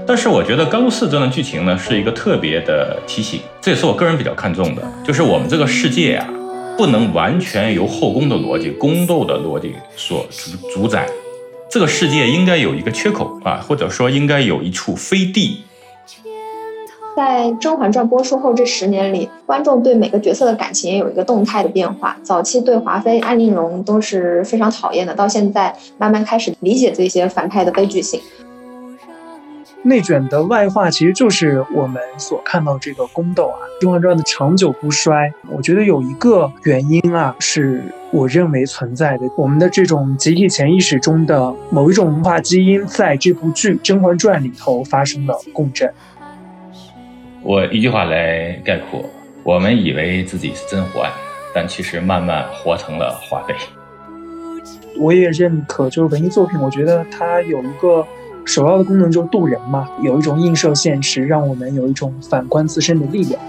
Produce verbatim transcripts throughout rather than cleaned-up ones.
但是我觉得甘露寺这段剧情呢，是一个特别的提醒，这也是我个人比较看重的，就是我们这个世界啊，不能完全由后宫的逻辑、宫斗的逻辑所主主宰，这个世界应该有一个缺口啊，或者说应该有一处飞地。 在《甄嬛传》播出后这十年里，观众对每个角色的感情也有一个动态的变化。早期对华妃、安陵容都是非常讨厌的，到现在慢慢开始理解这些反派的悲剧性。 内卷的外化其实就是我们所看到这个宫斗啊，《甄嬛传》的长久不衰。我觉得有一个原因啊，是我认为存在的，我们的这种集体潜意识中的某一种文化基因，在这部剧《甄嬛传》里头发生了共振。 我一句话来概括，我们以为自己是甄嬛，但其实慢慢活成了华妃。 我也认可，就是文艺作品，我觉得它有一个首要的功能就是渡人嘛，有一种映射现实，让我们有一种反观自身的力量。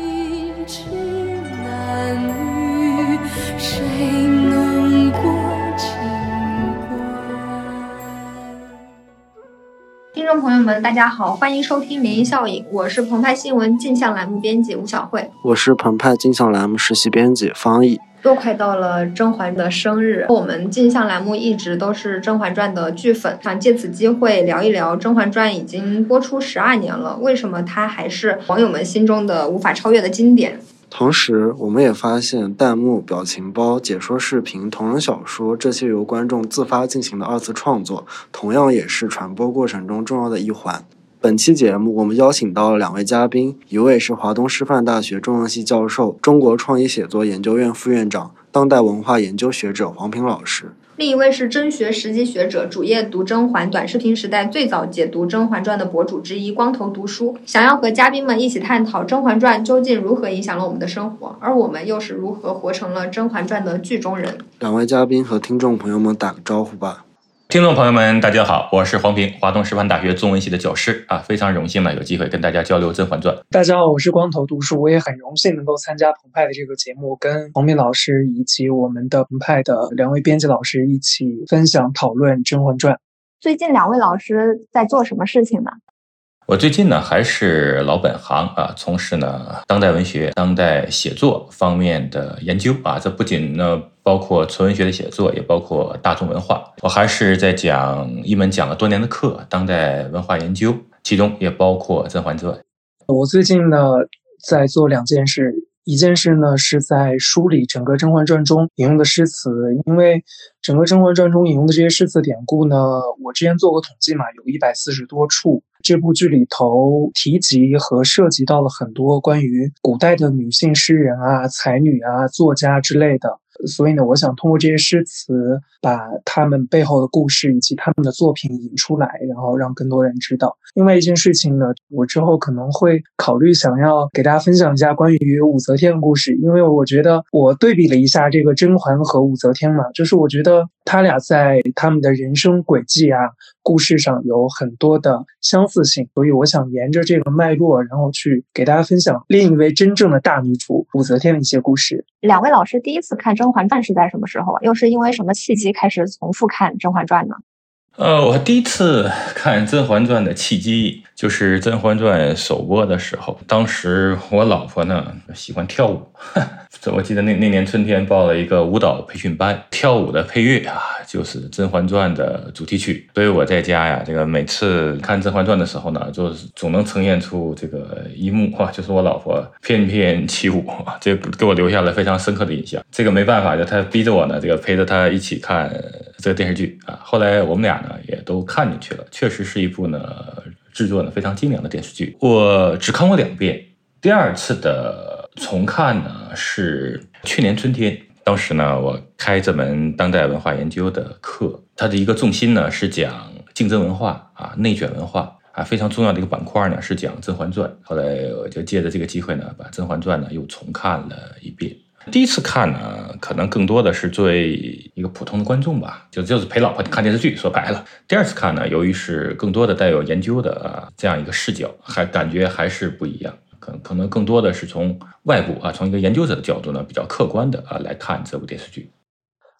听众朋友们大家好，欢迎收听涟漪效应，我是澎湃新闻镜像栏目编辑吴晓慧， 我是澎湃镜像栏目实习编辑方毅。 又快到了甄嬛的生日，我们镜像栏目一直都是甄嬛传的剧粉，想借此机会聊一聊甄嬛传已经播出十二年了，为什么它还是网友们心中的无法超越的经典。 同时我们也发现弹幕、表情包、解说视频、同人小说这些由观众自发进行的二次创作，同样也是传播过程中重要的一环。本期节目我们邀请到了两位嘉宾，一位是华东师范大学中文系教授、中国创意写作研究院副院长、当代文化研究学者黄平老师， 另一位是甄学实际学者、主页读甄嬛短视频时代最早解读甄嬛传的博主之一光头读书，想要和嘉宾们一起探讨甄嬛传究竟如何影响了我们的生活，而我们又是如何活成了甄嬛传的剧中人。 两位嘉宾和听众朋友们打个招呼吧。 听众朋友们大家好，我是黄平，华东师范大学中文系的教师啊，非常荣幸呢有机会跟大家交流甄嬛传。 大家好，我是光头读书，我也很荣幸能够参加澎湃的这个节目，跟黄平老师以及我们的澎湃的两位编辑老师一起分享讨论甄嬛传。 最近两位老师在做什么事情呢？ 我最近呢还是老本行啊，从事呢当代文学、当代写作方面的研究啊，这不仅呢包括纯文学的写作，也包括大众文化。我还是在讲一门讲了多年的课，当代文化研究，其中也包括甄嬛传。 我最近呢在做两件事，一件事呢是在梳理整个甄嬛传中引用的诗词，因为整个甄嬛传中引用的这些诗词典故呢，我之前做过统计嘛，有一百四十多处。这部剧里头提及和涉及到了很多关于古代的女性诗人啊、才女啊、作家之类的，所以呢，我想通过这些诗词，把他们背后的故事以及他们的作品引出来，然后让更多人知道。另外一件事情呢，我之后可能会考虑想要给大家分享一下关于武则天的故事，因为我觉得我对比了一下这个甄嬛和武则天嘛，就是我觉得他俩在他们的人生轨迹啊、故事上有很多的相似性，所以我想沿着这个脉络，然后去给大家分享另一位真正的大女主武则天的一些故事。 两位老师第一次看《甄嬛传》是在什么时候啊？又是因为什么契机开始重复看《甄嬛传》呢？ 呃，我第一次看《甄嬛传》的契机就是《甄嬛传》首播的时候，当时我老婆呢喜欢跳舞，我记得那那年春天报了一个舞蹈培训班，跳舞的配乐啊就是《甄嬛传》的主题曲，所以我在家呀，这个每次看《甄嬛传》的时候呢，就是总能呈现出这个一幕啊，就是我老婆翩翩起舞，这给我留下了非常深刻的印象。这个没办法，就她逼着我呢，这个陪着她一起看这个电视剧啊。后来我们俩呢也都看进去了，确实是一部呢制作呢非常精良的电视剧。我只看过两遍，第二次的重看呢是去年春天，当时呢我开这门当代文化研究的课，它的一个重心呢是讲竞争文化啊、内卷文化啊，非常重要的一个板块呢是讲《甄嬛传》。后来我就借着这个机会呢，把《甄嬛传》呢又重看了一遍。第一次看呢，可能更多的是作为一个普通的观众吧，就就是陪老婆看电视剧，说白了。第二次看呢，由于是更多的带有研究的、啊、这样一个视角，还感觉还是不一样。可能可能更多的是从外部啊，从一个研究者的角度呢，比较客观的啊来看这部电视剧。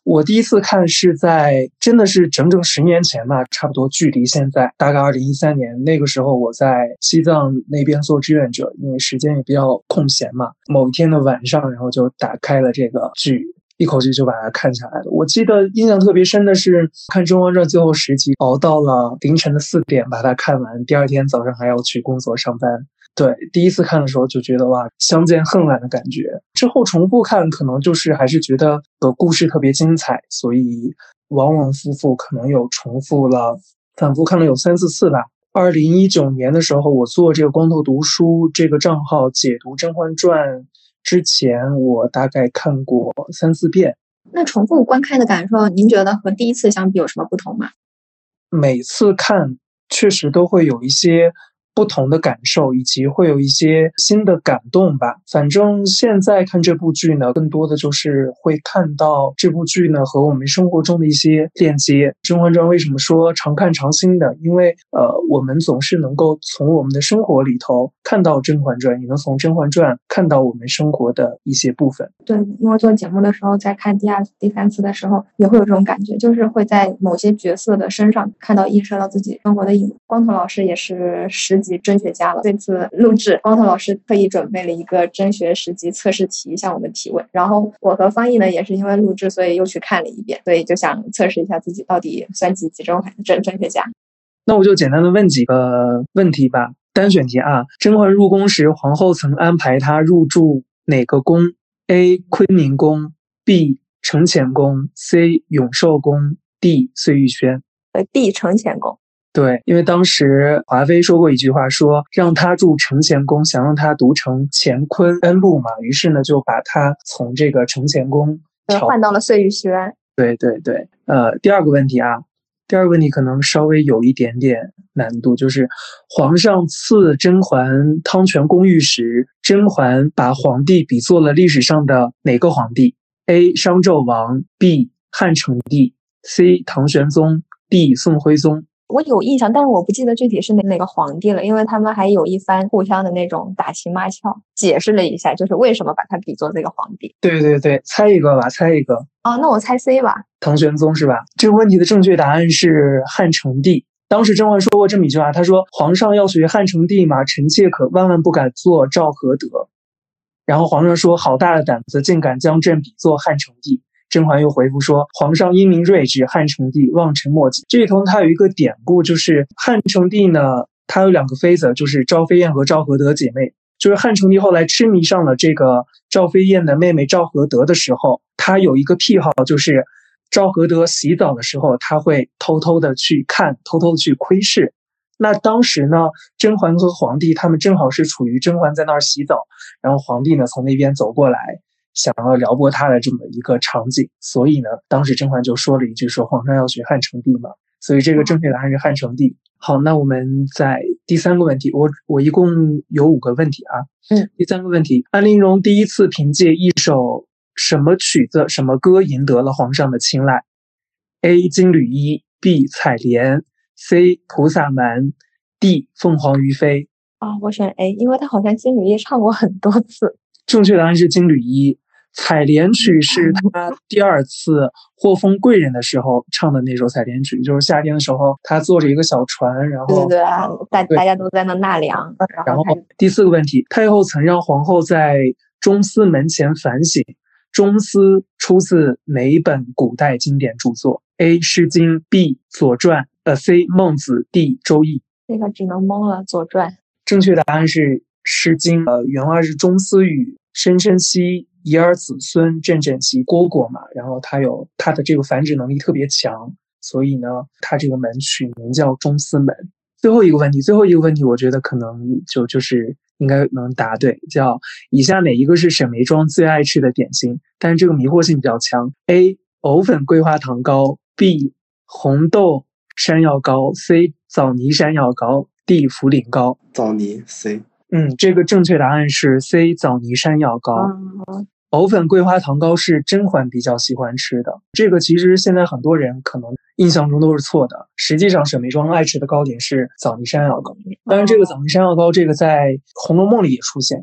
我第一次看是在真的是整整十年前吧，差不多距离现在大概二零一三年，那个时候我在西藏那边做志愿者，因为时间也比较空闲嘛，某一天的晚上，然后就打开了这个剧，一口气就把它看下来了。我记得印象特别深的是看《甄嬛传》最后十集，熬到了凌晨的四点把它看完，第二天早上还要去工作上班。对，第一次看的时候就觉得哇，相见恨晚的感觉。之后重复看，可能就是还是觉得的故事特别精彩，所以往往复复可能有重复了，反复看了有三四次吧。二零一九年的时候，我做这个光头读书这个账号解读《甄嬛传》之前，我大概看过三四遍。 那重复观看的感受，您觉得和第一次相比有什么不同吗？ 每次看确实都会有一些不同的感受，以及会有一些新的感动吧。反正现在看这部剧呢，更多的就是会看到这部剧呢和我们生活中的一些链接。《甄嬛传》为什么说常看常新的？因为呃，我们总是能够从我们的生活里头看到《甄嬛传》，也能从《甄嬛传》看到我们生活的一些部分。 对，因为做节目的时候，在看第二次、第三次的时候，也会有这种感觉，就是会在某些角色的身上看到映射到自己生活的影子。光头老师也是十级甄学家了，这次录制，光头老师特意准备了一个甄学十级测试题向我们提问，然后我和方毅呢也是因为录制，所以又去看了一遍，所以就想测试一下自己到底算几级甄甄甄学家。 那我就简单的问几个问题吧。单选题啊，甄嬛入宫时，皇后曾安排她入住哪个宫 ？A. 坤宁宫 B. 承乾宫 C. 永寿宫 D. 碎玉轩。 呃 D. 承乾宫。 对，因为当时华妃说过一句话，说让她住承乾宫，想让她读成乾坤恩禄嘛，于是呢就把她从这个承乾宫换到了碎玉轩。 对对对，呃，第二个问题啊，第二个问题可能稍微有一点点难度，就是皇上赐甄嬛汤泉宫玉时，甄嬛把皇帝比作了历史上的哪个皇帝 ？A. 商纣王 B. 汉成帝 C. 唐玄宗 D. 宋徽宗。 我有印象，但是我不记得具体是哪哪个皇帝了，因为他们还有一番互相的那种打情骂俏，解释了一下，就是为什么把他比作这个皇帝。 对对对，猜一个吧，猜一个。 哦，那我猜 C 吧。 唐玄宗是吧？这个问题的正确答案是汉成帝。当时甄嬛说过这么一句话，她说：“皇上要学汉成帝嘛，臣妾可万万不敢做赵合德。”然后皇上说：“好大的胆子，竟敢将朕比作汉成帝。”甄嬛又回复说：“皇上英明睿智，汉成帝望尘莫及。”这里头它有一个典故，就是汉成帝呢，他有两个妃子，就是赵飞燕和赵合德姐妹。就是汉成帝后来痴迷上了这个赵飞燕的妹妹赵合德的时候，他有一个癖好，就是赵合德洗澡的时候，他会偷偷的去看，偷偷的去窥视。那当时呢，甄嬛和皇帝他们正好是处于甄嬛在那儿洗澡，然后皇帝呢从那边走过来，想要撩拨他的这么一个场景，所以呢，当时甄嬛就说了一句说皇上要学汉成帝嘛，所以这个正确答案是汉成帝。好，那我们在第三个问题，我我一共有五个问题啊。 嗯， 第三个问题，安陵容第一次凭借一首什么曲子、什么歌赢得了皇上的青睐 ？A. 金缕衣 B. 采莲 C. 菩萨蛮 D. 凤凰于飞。 啊、哦，我选 A， 因为他好像金缕衣唱过很多次。 正确答案是金缕衣。采莲曲是他第二次获封贵人的时候唱的那首采莲曲，就是夏天的时候，他坐着一个小船，然后对对对，大大家都在那纳凉。 然后第四个问题，太后曾让皇后在中司门前反省，中司出自哪本古代经典著作 ？A. 诗经 B. 左传呃 C. 孟子 D. 周易。 这个只能蒙了，左传。 正确答案是诗经，呃，原话是中司语深深兮，遗儿子孙振振兮，蝈蝈嘛，然后它有它的这个繁殖能力特别强，所以呢，它这个门取名叫中司门。最后一个问题，最后一个问题，我觉得可能就就是应该能答对，叫以下哪一个是沈眉庄最爱吃的点心？但是这个迷惑性比较强。A. 藕粉桂花糖糕 B. 红豆山药糕 C. 枣泥山药糕 D. 茯苓糕。 枣泥 C。 嗯，这个正确答案是 C. 枣泥山药糕。 嗯， 藕粉桂花糖糕是甄嬛比较喜欢吃的，这个其实现在很多人可能印象中都是错的。实际上沈眉庄爱吃的糕点是枣泥山药糕，当然这个枣泥山药糕这个在《红楼梦》里也出现过。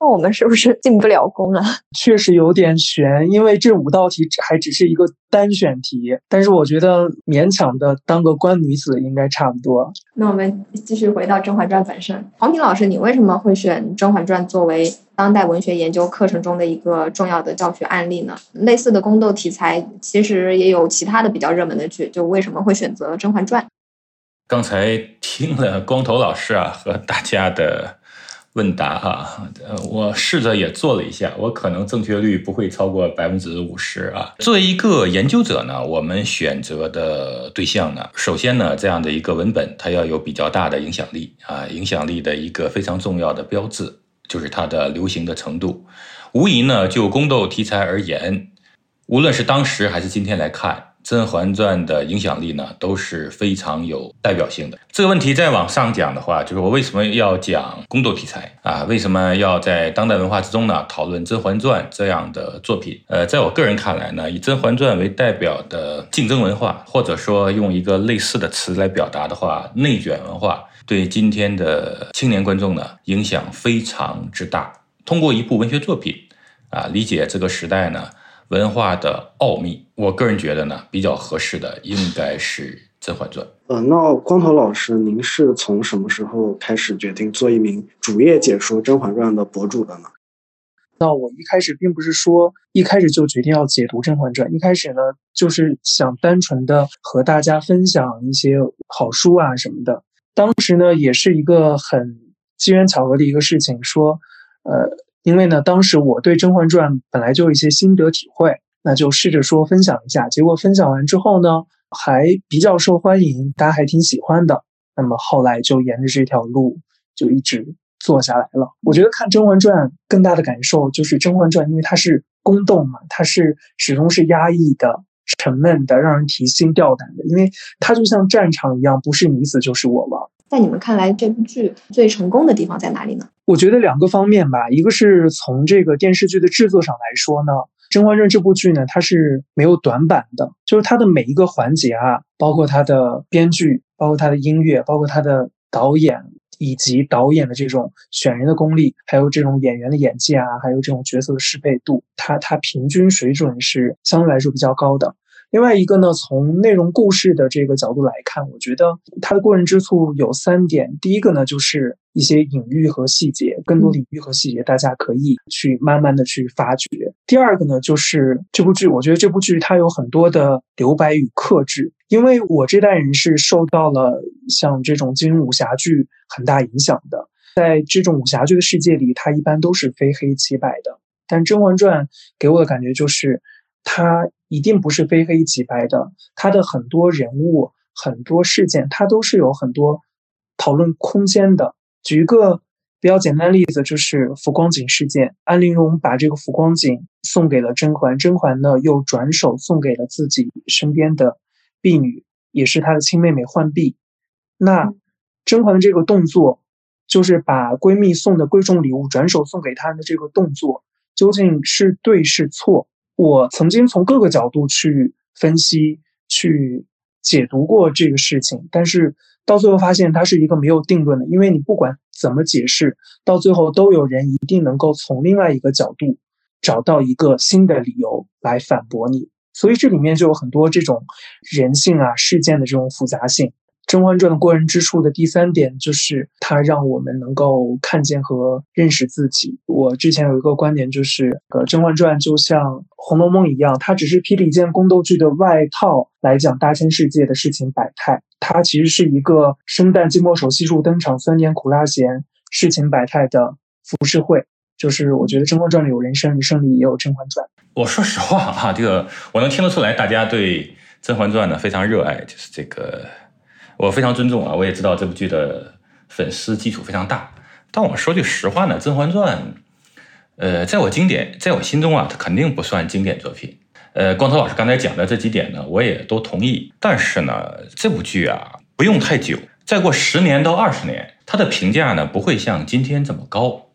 那我们是不是进不了宫啊？ 确实有点悬，因为这五道题还只是一个单选题，但是我觉得勉强的当个官女子应该差不多。 那我们继续回到《甄嬛传》本身。黄平老师，你为什么会选《甄嬛传》作为当代文学研究课程中的一个重要的教学案例呢？类似的宫斗题材其实也有其他的比较热门的剧，就为什么会选择《甄嬛传》？ 刚才听了光头老师啊和大家的问答哈，呃，我试着也做了一下，我可能正确率不会超过百分之五十啊。作为一个研究者呢，我们选择的对象呢，首先呢，这样的一个文本它要有比较大的影响力啊，影响力的一个非常重要的标志就是它的流行的程度。无疑呢，就宫斗题材而言，无论是当时还是今天来看，《甄嬛传》的影响力呢都是非常有代表性的。这个问题再往上讲的话，就是我为什么要讲宫斗题材啊？为什么要在当代文化之中呢讨论《甄嬛传》这样的作品？呃，在我个人看来呢，以《甄嬛传》为代表的竞争文化，或者说用一个类似的词来表达的话，内卷文化，对今天的青年观众呢影响非常之大。通过一部文学作品啊，理解这个时代呢文化的奥秘，我个人觉得呢，比较合适的应该是《甄嬛传》。 呃，那光头老师，您是从什么时候开始决定做一名主页解说《甄嬛传》的博主的呢？ 那我一开始并不是说一开始就决定要解读《甄嬛传》，一开始呢就是想单纯的和大家分享一些好书啊什么的。当时呢也是一个很机缘巧合的一个事情，说呃。因为呢，当时我对《甄嬛传》本来就有一些心得体会，那就试着说分享一下。结果分享完之后呢，还比较受欢迎，大家还挺喜欢的。那么后来就沿着这条路就一直做下来了。我觉得看《甄嬛传》更大的感受就是《甄嬛传》，因为它是宫斗嘛，它是始终是压抑的、沉闷的，让人提心吊胆的，因为它就像战场一样，不是你死就是我亡。 在你们看来，这部剧最成功的地方在哪里呢？ 我觉得两个方面吧，一个是从这个电视剧的制作上来说呢，《甄嬛传》这部剧呢，它是没有短板的，就是它的每一个环节啊，包括它的编剧，包括它的音乐，包括它的导演，以及导演的这种选人的功力，还有这种演员的演技啊，还有这种角色的适配度，它它平均水准是相对来说比较高的。另外一个呢，从内容故事的这个角度来看，我觉得它的过人之处有三点。第一个呢，就是一些隐喻和细节，更多的隐喻和细节大家可以去慢慢的去发掘。第二个呢，就是这部剧，我觉得这部剧它有很多的留白与克制，因为我这代人是受到了像这种金庸武侠剧很大影响的，在这种武侠剧的世界里，它一般都是非黑即白的，但《甄嬛传》给我的感觉就是它一定不是非黑即白的，它的很多人物、很多事件，它都是有很多讨论空间的。举一个比较简单的例子，就是浮光锦事件，安陵容把这个浮光锦送给了甄嬛，甄嬛呢又转手送给了自己身边的婢女，也是她的亲妹妹浣碧。那甄嬛的这个动作，就是把闺蜜送的贵重礼物转手送给她的这个动作，究竟是对是错？我曾经从各个角度去分析、去解读过这个事情，但是到最后发现它是一个没有定论的，因为你不管怎么解释，到最后都有人一定能够从另外一个角度找到一个新的理由来反驳你，所以这里面就有很多这种人性啊、事件的这种复杂性。《甄嬛传》的过人之处的第三点就是它让我们能够看见和认识自己。我之前有一个观点，就是《甄嬛传》就像《红楼梦》一样，它只是披了一件宫斗剧的外套来讲大千世界的事情百态，它其实是一个生旦净末丑悉数登场，酸甜苦辣咸事情百态的浮世绘。就是我觉得《甄嬛传》里有人生，人生里也有《甄嬛传》。 我说实话啊，这个我能听得出来，大家对《甄嬛传》呢非常热爱，就是这个。我非常尊重啊，我也知道这部剧的粉丝基础非常大。但我说句实话呢，《甄嬛传》呃，在我经典，在我心中啊，它肯定不算经典作品。呃，光头老师刚才讲的这几点呢，我也都同意。但是呢，这部剧啊，不用太久，再过十年到二十年，它的评价呢不会像今天这么高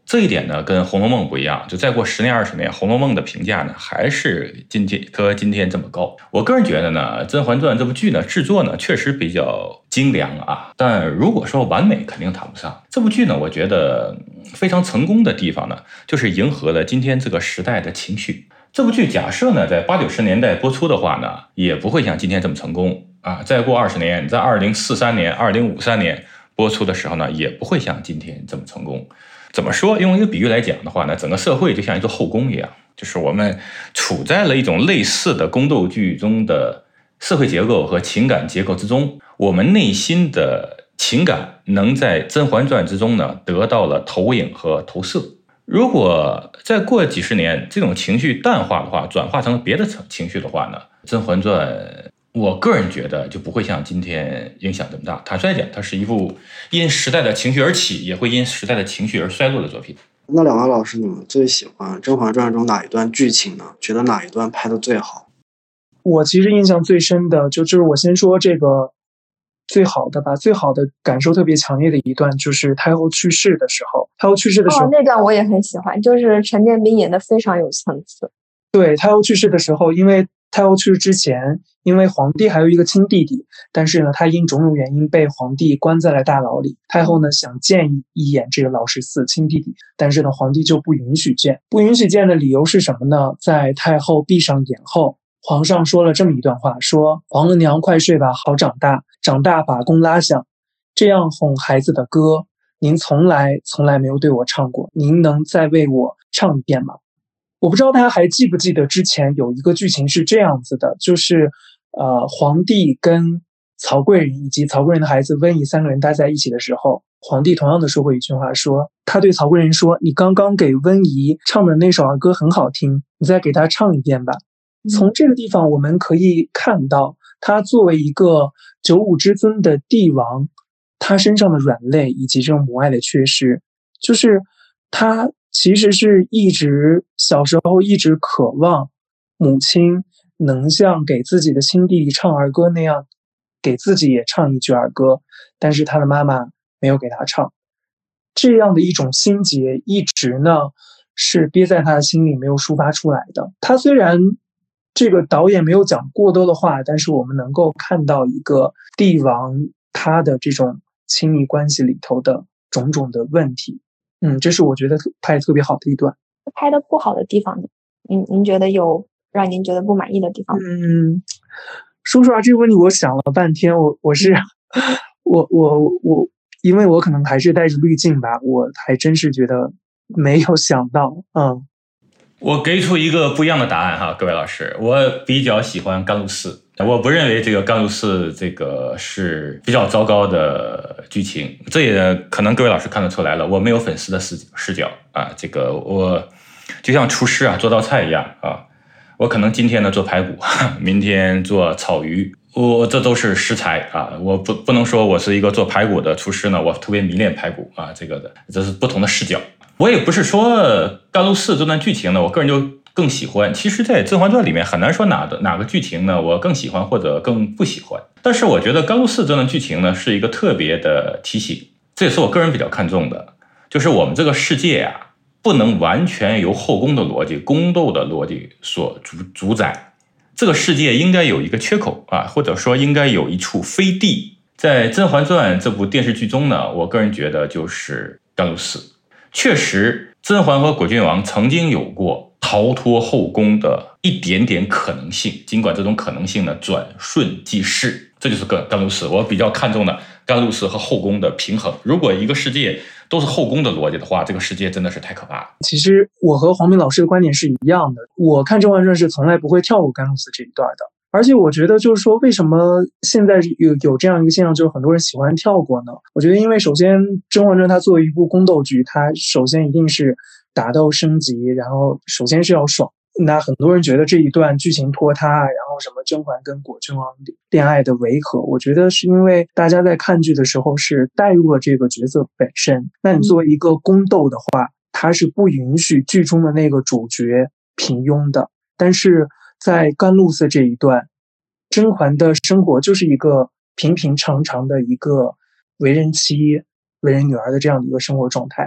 这一点呢，跟《红楼梦》不一样，就再过十年二十年，《红楼梦》的评价呢，还是今天和今天这么高。我个人觉得呢，《甄嬛传》这部剧呢，制作呢确实比较精良啊，但如果说完美，肯定谈不上。这部剧呢，我觉得非常成功的地方呢，就是迎合了今天这个时代的情绪。这部剧假设呢，在八九十年代播出的话呢，也不会像今天这么成功啊。再过二十年，在二零四三年、二零五三年播出的时候呢，也不会像今天这么成功。怎么说？用一个比喻来讲的话呢，整个社会就像一座后宫一样，就是我们处在了一种类似的宫斗剧中的社会结构和情感结构之中，我们内心的情感能在《甄嬛传》之中呢得到了投影和投射。如果再过几十年，这种情绪淡化的话，转化成别的情绪的话呢，《甄嬛传》我个人觉得就不会像今天影响这么大。坦率讲，它是一部因时代的情绪而起，也会因时代的情绪而衰落的作品。 那两位老师，你们最喜欢《甄嬛传》中哪一段剧情呢？觉得哪一段拍得最好？ 我其实印象最深的就就是我先说这个最好的吧，最好的感受特别强烈的一段就是太后去世的时候。太后去世的时候， 哦，那段我也很喜欢，就是陈建斌演的非常有层次。 对，太后去世的时候，因为太后去世之前，因为皇帝还有一个亲弟弟，但是呢，他因种种原因被皇帝关在了大牢里。太后呢想见一眼这个老十四亲弟弟，但是呢，皇帝就不允许见。不允许见的理由是什么呢？在太后闭上眼后，皇上说了这么一段话，说：“皇额娘快睡吧，好长大，长大把弓拉响。这样哄孩子的歌，您从来从来没有对我唱过，您能再为我唱一遍吗？”我不知道大家还记不记得之前有一个剧情是这样子的，就是呃，皇帝跟曹贵人以及曹贵人的孩子温宜三个人待在一起的时候，皇帝同样的说过一句话，说他对曹贵人说：“你刚刚给温宜唱的那首儿歌很好听，你再给他唱一遍吧。”从这个地方我们可以看到，他作为一个九五之尊的帝王，他身上的软肋以及这种母爱的缺失，就是他其实是一直小时候一直渴望母亲能像给自己的亲弟弟唱儿歌那样给自己也唱一句儿歌，但是他的妈妈没有给他唱。这样的一种心结一直呢是憋在他的心里没有抒发出来的。他虽然这个导演没有讲过多的话，但是我们能够看到一个帝王他的这种亲密关系里头的种种的问题。嗯，这是我觉得拍得特别好的一段。 拍的不好的地方，您您觉得有让您觉得不满意的地方吗？ 嗯，说实话，这个问题我想了半天，我我是我我我，因为我可能还是带着滤镜吧，我还真是觉得没有想到。嗯， 我给出一个不一样的答案哈，各位老师，我比较喜欢甘露寺。我不认为这个甘露寺这个是比较糟糕的剧情，这也可能各位老师看得出来了，我没有粉丝的视视角啊，这个我就像厨师啊做道菜一样啊，我可能今天呢做排骨，明天做草鱼，我这都是食材啊，我不不能说我是一个做排骨的厨师呢，我特别迷恋排骨啊，这个的这是不同的视角。我也不是说甘露寺这段剧情呢，我个人就更喜欢。其实在《甄嬛传》里面很难说哪的哪个剧情呢我更喜欢或者更不喜欢，但是我觉得甘露寺这段剧情呢是一个特别的提醒，这也是我个人比较看重的，就是我们这个世界啊不能完全由后宫的逻辑宫斗的逻辑所主主宰，这个世界应该有一个缺口啊，或者说应该有一处飞地。在《甄嬛传》这部电视剧中呢，我个人觉得就是甘露寺。确实甄嬛和果郡王曾经有过逃脱后宫的一点点可能性，尽管这种可能性呢转瞬即逝，这就是个甘露寺。我比较看重的甘露寺和后宫的平衡。如果一个世界都是后宫的逻辑的话，这个世界真的是太可怕了。 其实我和黄明老师的观点是一样的，我看《甄嬛传》是从来不会跳过甘露寺这一段的。而且我觉得就是说，为什么现在有有这样一个现象，就是很多人喜欢跳过呢？我觉得因为首先《甄嬛传》它作为一部宫斗剧，它首先一定是打斗升级，然后首先是要爽。那很多人觉得这一段剧情拖沓，然后什么甄嬛跟果郡王恋爱的违和，我觉得是因为大家在看剧的时候是带入了这个角色本身。那你作为一个宫斗的话，它是不允许剧中的那个主角平庸的。但是在甘露寺这一段，甄嬛的生活就是一个平平常常的一个为人妻为人女儿的这样的一个生活状态，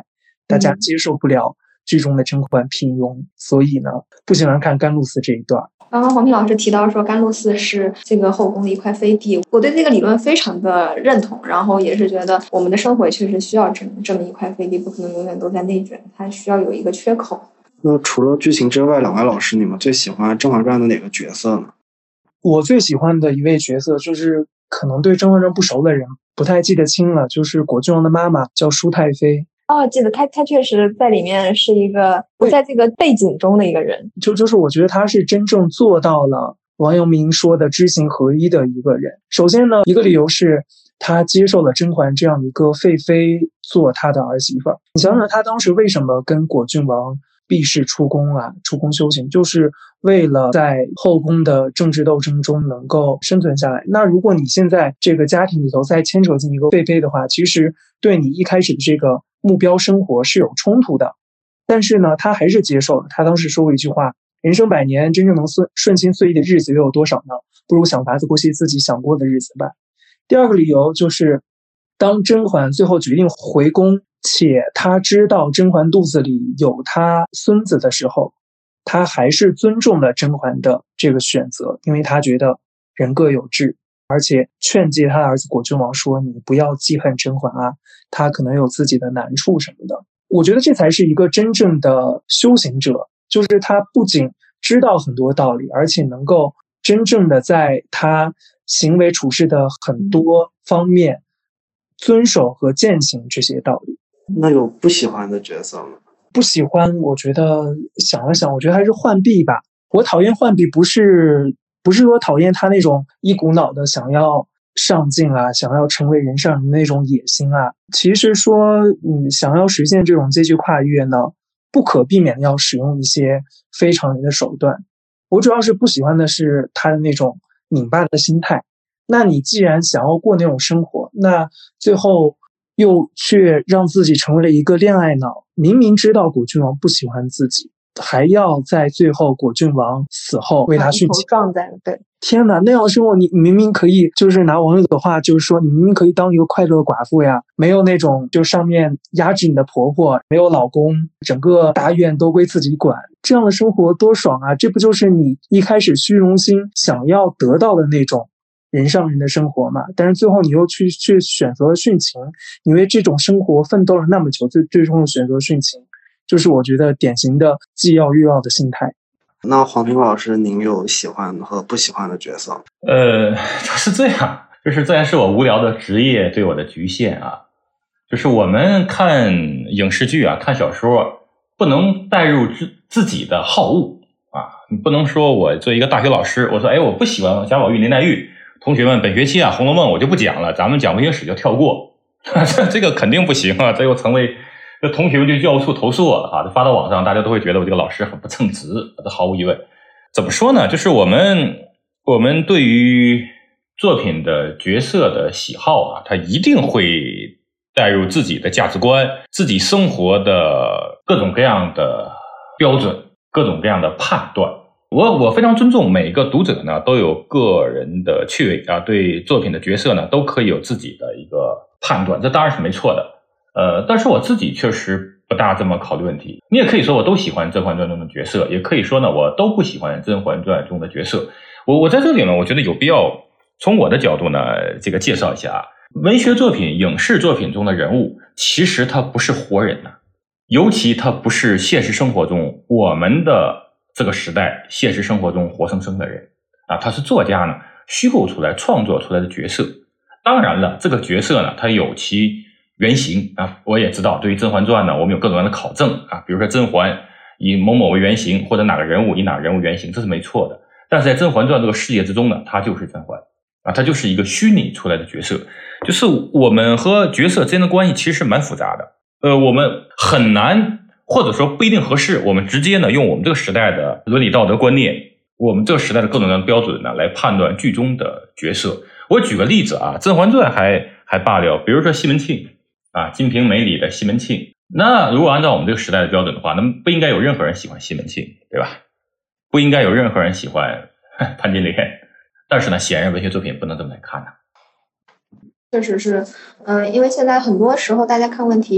大家接受不了剧中的甄嬛平庸，所以呢不喜欢看甘露寺这一段。 刚刚黄平老师提到说甘露寺是这个后宫的一块飞地，我对这个理论非常的认同，然后也是觉得我们的生活确实需要这这么一块飞地，不可能永远都在内卷，它需要有一个缺口。 那除了剧情之外，两位老师你们最喜欢《甄嬛传》的哪个角色呢？ 我最喜欢的一位角色，就是可能对《甄嬛传》不熟的人不太记得清了，就是果郡王的妈妈叫舒太妃。 哦，记得他，他确实在里面是一个不在这个背景中的一个人。 就就是我觉得他是真正做到了王阳明说的知行合一的一个人。首先呢，一个理由是他接受了甄嬛这样一个废妃做他的儿媳妇。你想想他当时为什么跟果郡王避世出宫啊，出宫修行，就是为了在后宫的政治斗争中能够生存下来。那如果你现在这个家庭里头再牵扯进一个废妃的话，其实对你一开始的这个目标生活是有冲突的。但是呢，他还是接受了。他当时说过一句话，人生百年，真正能顺顺心随意的日子又有多少呢？不如想法子过些自己想过的日子吧。第二个理由就是，当甄嬛最后决定回宫，且他知道甄嬛肚子里有他孙子的时候，他还是尊重了甄嬛的这个选择，因为他觉得人各有志，而且劝诫他的儿子果郡王说，你不要记恨甄嬛啊，他可能有自己的难处什么的。我觉得这才是一个真正的修行者，就是他不仅知道很多道理，而且能够真正的在他行为处事的很多方面遵守和践行这些道理。 那有不喜欢的角色吗？ 不喜欢，我觉得想了想，我觉得还是浣碧吧。我讨厌浣碧，不是不是说讨厌他那种一股脑的想要上进啊，想要成为人上人的那种野心啊。其实说，嗯，想要实现这种阶级跨越呢，不可避免的要使用一些非常人的手段。我主要是不喜欢的是他的那种拧巴的心态。那你既然想要过那种生活，那最后又却让自己成为了一个恋爱脑，明明知道果郡王不喜欢自己，还要在最后果郡王死后为他殉情。 撞在对， 天哪，那样的生活你明明可以，就是拿网友的话就是说，你明明可以当一个快乐的寡妇呀，没有那种就上面压制你的婆婆，没有老公，整个大院都归自己管，这样的生活多爽啊！这不就是你一开始虚荣心想要得到的那种人上人的生活嘛？但是最后你又去去选择了殉情，你为这种生活奋斗了那么久，最最终选择殉情，就是我觉得典型的既要又要的心态。 那黄平老师，您有喜欢和不喜欢的角色？ 呃，是这样，就是这也是我无聊的职业对我的局限啊。就是我们看影视剧啊，看小说，不能带入自自己的好恶啊。你不能说我做一个大学老师，我说哎，我不喜欢贾宝玉、林黛玉，同学们，本学期啊《红楼梦》我就不讲了，咱们讲文学史就跳过，这个肯定不行啊！这又成为这同学们就教务处投诉我了啊！发到网上，大家都会觉得我这个老师很不称职，这毫无疑问。怎么说呢？就是我们我们对于作品的角色的喜好啊，它一定会带入自己的价值观、自己生活的各种各样的标准、各种各样的判断。我我非常尊重每个读者呢，都有个人的趣味啊，对作品的角色呢，都可以有自己的一个判断，这当然是没错的。呃，但是我自己确实不大这么考虑问题。你也可以说我都喜欢《甄嬛传》中的角色，也可以说呢，我都不喜欢《甄嬛传》中的角色。我我在这里呢，我觉得有必要从我的角度呢，这个介绍一下啊，文学作品、影视作品中的人物，其实他不是活人呐，尤其他不是现实生活中我们的这个时代现实生活中活生生的人啊，他是作家呢虚构出来、创作出来的角色。当然了，这个角色呢，它有其原型啊，我也知道，对于《甄嬛传》呢，我们有各种各样的考证啊，比如说甄嬛以某某为原型，或者哪个人物以哪个人物原型，这是没错的。但是在《甄嬛传》这个世界之中呢，它就是甄嬛啊，它就是一个虚拟出来的角色，就是我们和角色之间的关系其实蛮复杂的。呃，我们很难，或者说不一定合适，我们直接呢用我们这个时代的伦理道德观念，我们这个时代的各种各样的标准呢来判断剧中的角色。我举个例子啊，《甄嬛传》还还罢了，比如说西门庆啊，《金瓶梅》里的西门庆，那如果按照我们这个时代的标准的话，那么不应该有任何人喜欢西门庆，对吧？不应该有任何人喜欢潘金莲。但是呢，显然文学作品不能这么来看呢。 确实是，嗯、呃，因为现在很多时候大家看问题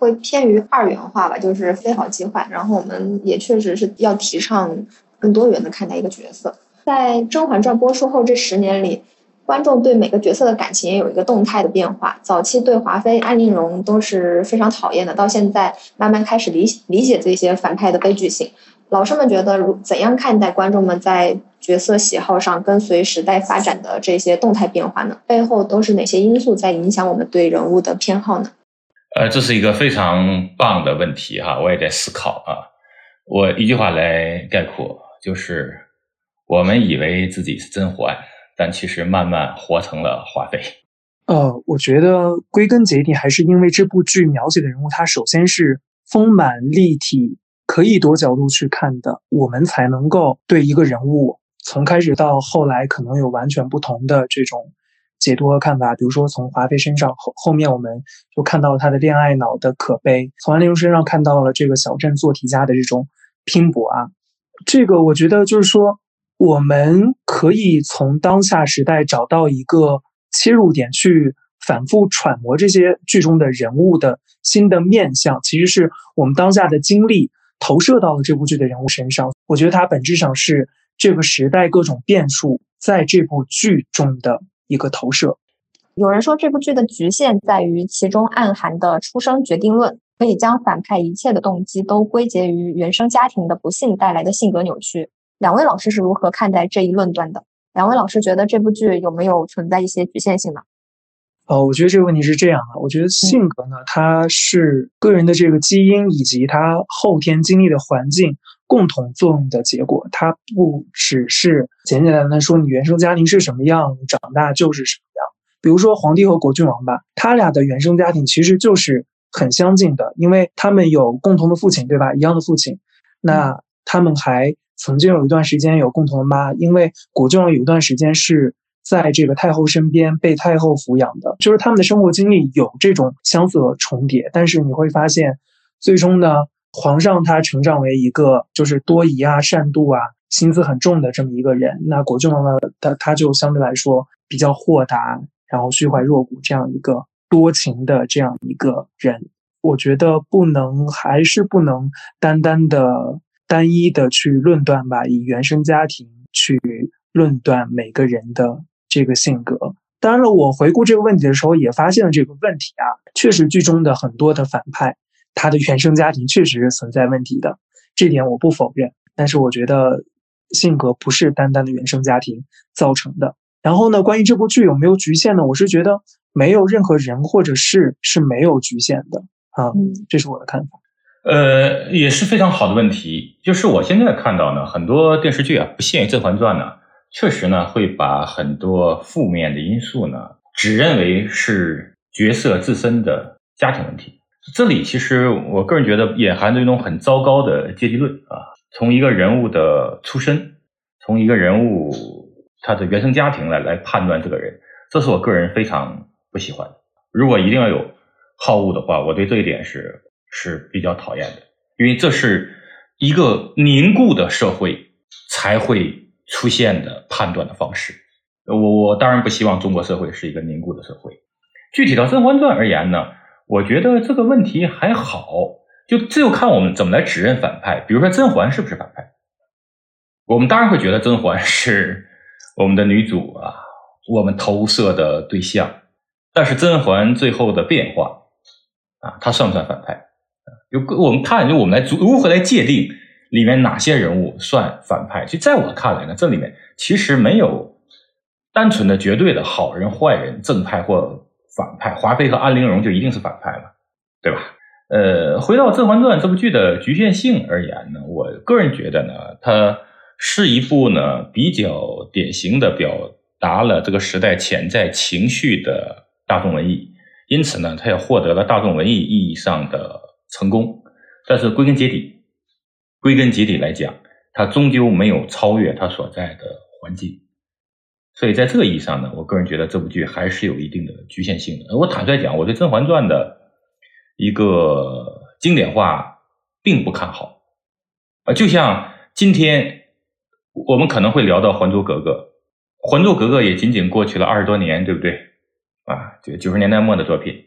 会偏于二元化吧，就是非好即坏。然后我们也确实是要提倡更多元的看待一个角色。在《甄嬛传》播出后这十年里，观众对每个角色的感情也有一个动态的变化。早期对华妃、安陵容都是非常讨厌的，到现在慢慢开始理理解这些反派的悲剧性。老师们觉得如怎样看待观众们在角色喜好上跟随时代发展的这些动态变化呢？背后都是哪些因素在影响我们对人物的偏好呢？ 呃，这是一个非常棒的问题哈，我也在思考啊。我一句话来概括，就是我们以为自己是甄嬛，但其实慢慢活成了华妃。 呃，我觉得归根结底还是因为这部剧描写的人物，他首先是丰满立体，可以多角度去看的，我们才能够对一个人物从开始到后来可能有完全不同的这种解读和看法。比如说从华妃身上后后面我们就看到了她的恋爱脑的可悲，从安陵容身上看到了这个小镇做题家的这种拼搏啊。这个我觉得就是说我们可以从当下时代找到一个切入点去反复揣摩这些剧中的人物的新的面向，其实是我们当下的经历投射到了这部剧的人物身上。我觉得它本质上是这个时代各种变数在这部剧中的一个投射。 有人说这部剧的局限在于其中暗含的出生决定论，可以将反派一切的动机都归结于原生家庭的不幸带来的性格扭曲。两位老师是如何看待这一论断的？两位老师觉得这部剧有没有存在一些局限性呢？ 呃，我觉得这个问题是这样啊，我觉得性格呢，它是个人的这个基因以及他后天经历的环境共同作用的结果，它不只是简简单单说你原生家庭是什么样，你长大就是什么样。比如说皇帝和果郡王吧，他俩的原生家庭其实就是很相近的，因为他们有共同的父亲，对吧？一样的父亲。那他们还曾经有一段时间有共同的妈，因为果郡王有一段时间是在这个太后身边被太后抚养的，就是他们的生活经历有这种相似和重叠。但是你会发现最终呢，皇上他成长为一个就是多疑啊、善妒啊、心思很重的这么一个人，那果郡王呢，他他就相对来说比较豁达，然后虚怀若谷，这样一个多情的这样一个人。我觉得不能还是不能单单的单一的去论断吧，以原生家庭去论断每个人的这个性格。当然了，我回顾这个问题的时候也发现了这个问题啊，确实剧中的很多的反派他的原生家庭确实是存在问题的，这点我不否认。但是我觉得性格不是单单的原生家庭造成的。然后呢，关于这部剧有没有局限呢？我是觉得没有任何人或者事是没有局限的啊，这是我的看法。 呃，也是非常好的问题。就是我现在看到呢，很多电视剧啊，不限于《甄嬛传》呢，确实呢会把很多负面的因素呢，只认为是角色自身的家庭问题。这里其实我个人觉得也含着一种很糟糕的阶级论啊，从一个人物的出身，从一个人物他的原生家庭来来判断这个人，这是我个人非常不喜欢的。如果一定要有好恶的话，我对这一点是是比较讨厌的，因为这是一个凝固的社会才会出现的判断的方式。我我当然不希望中国社会是一个凝固的社会。具体到《甄嬛传》而言呢，我觉得这个问题还好，就这就看我们怎么来指认反派。比如说甄嬛是不是反派，我们当然会觉得甄嬛是我们的女主啊，我们投射的对象。但是甄嬛最后的变化啊，她算不算反派？就我们看，就我们来如何来界定里面哪些人物算反派。就在我看来呢，这里面其实没有单纯的绝对的好人坏人正派或反派，华妃和安陵容就一定是反派了，对吧？呃，回到《甄嬛传》这部剧的局限性而言呢，我个人觉得呢，它是一部呢比较典型的表达了这个时代潜在情绪的大众文艺，因此呢，它也获得了大众文艺意义上的成功。但是归根结底，归根结底来讲，它终究没有超越它所在的环境。所以在这个意义上呢，我个人觉得这部剧还是有一定的局限性的。我坦率讲，我对《甄嬛传》的一个经典化并不看好。呃，就像今天我们可能会聊到《还珠格格》，《还珠格格》也仅仅过去了二十多年，对不对？啊，这个九十年代末的作品，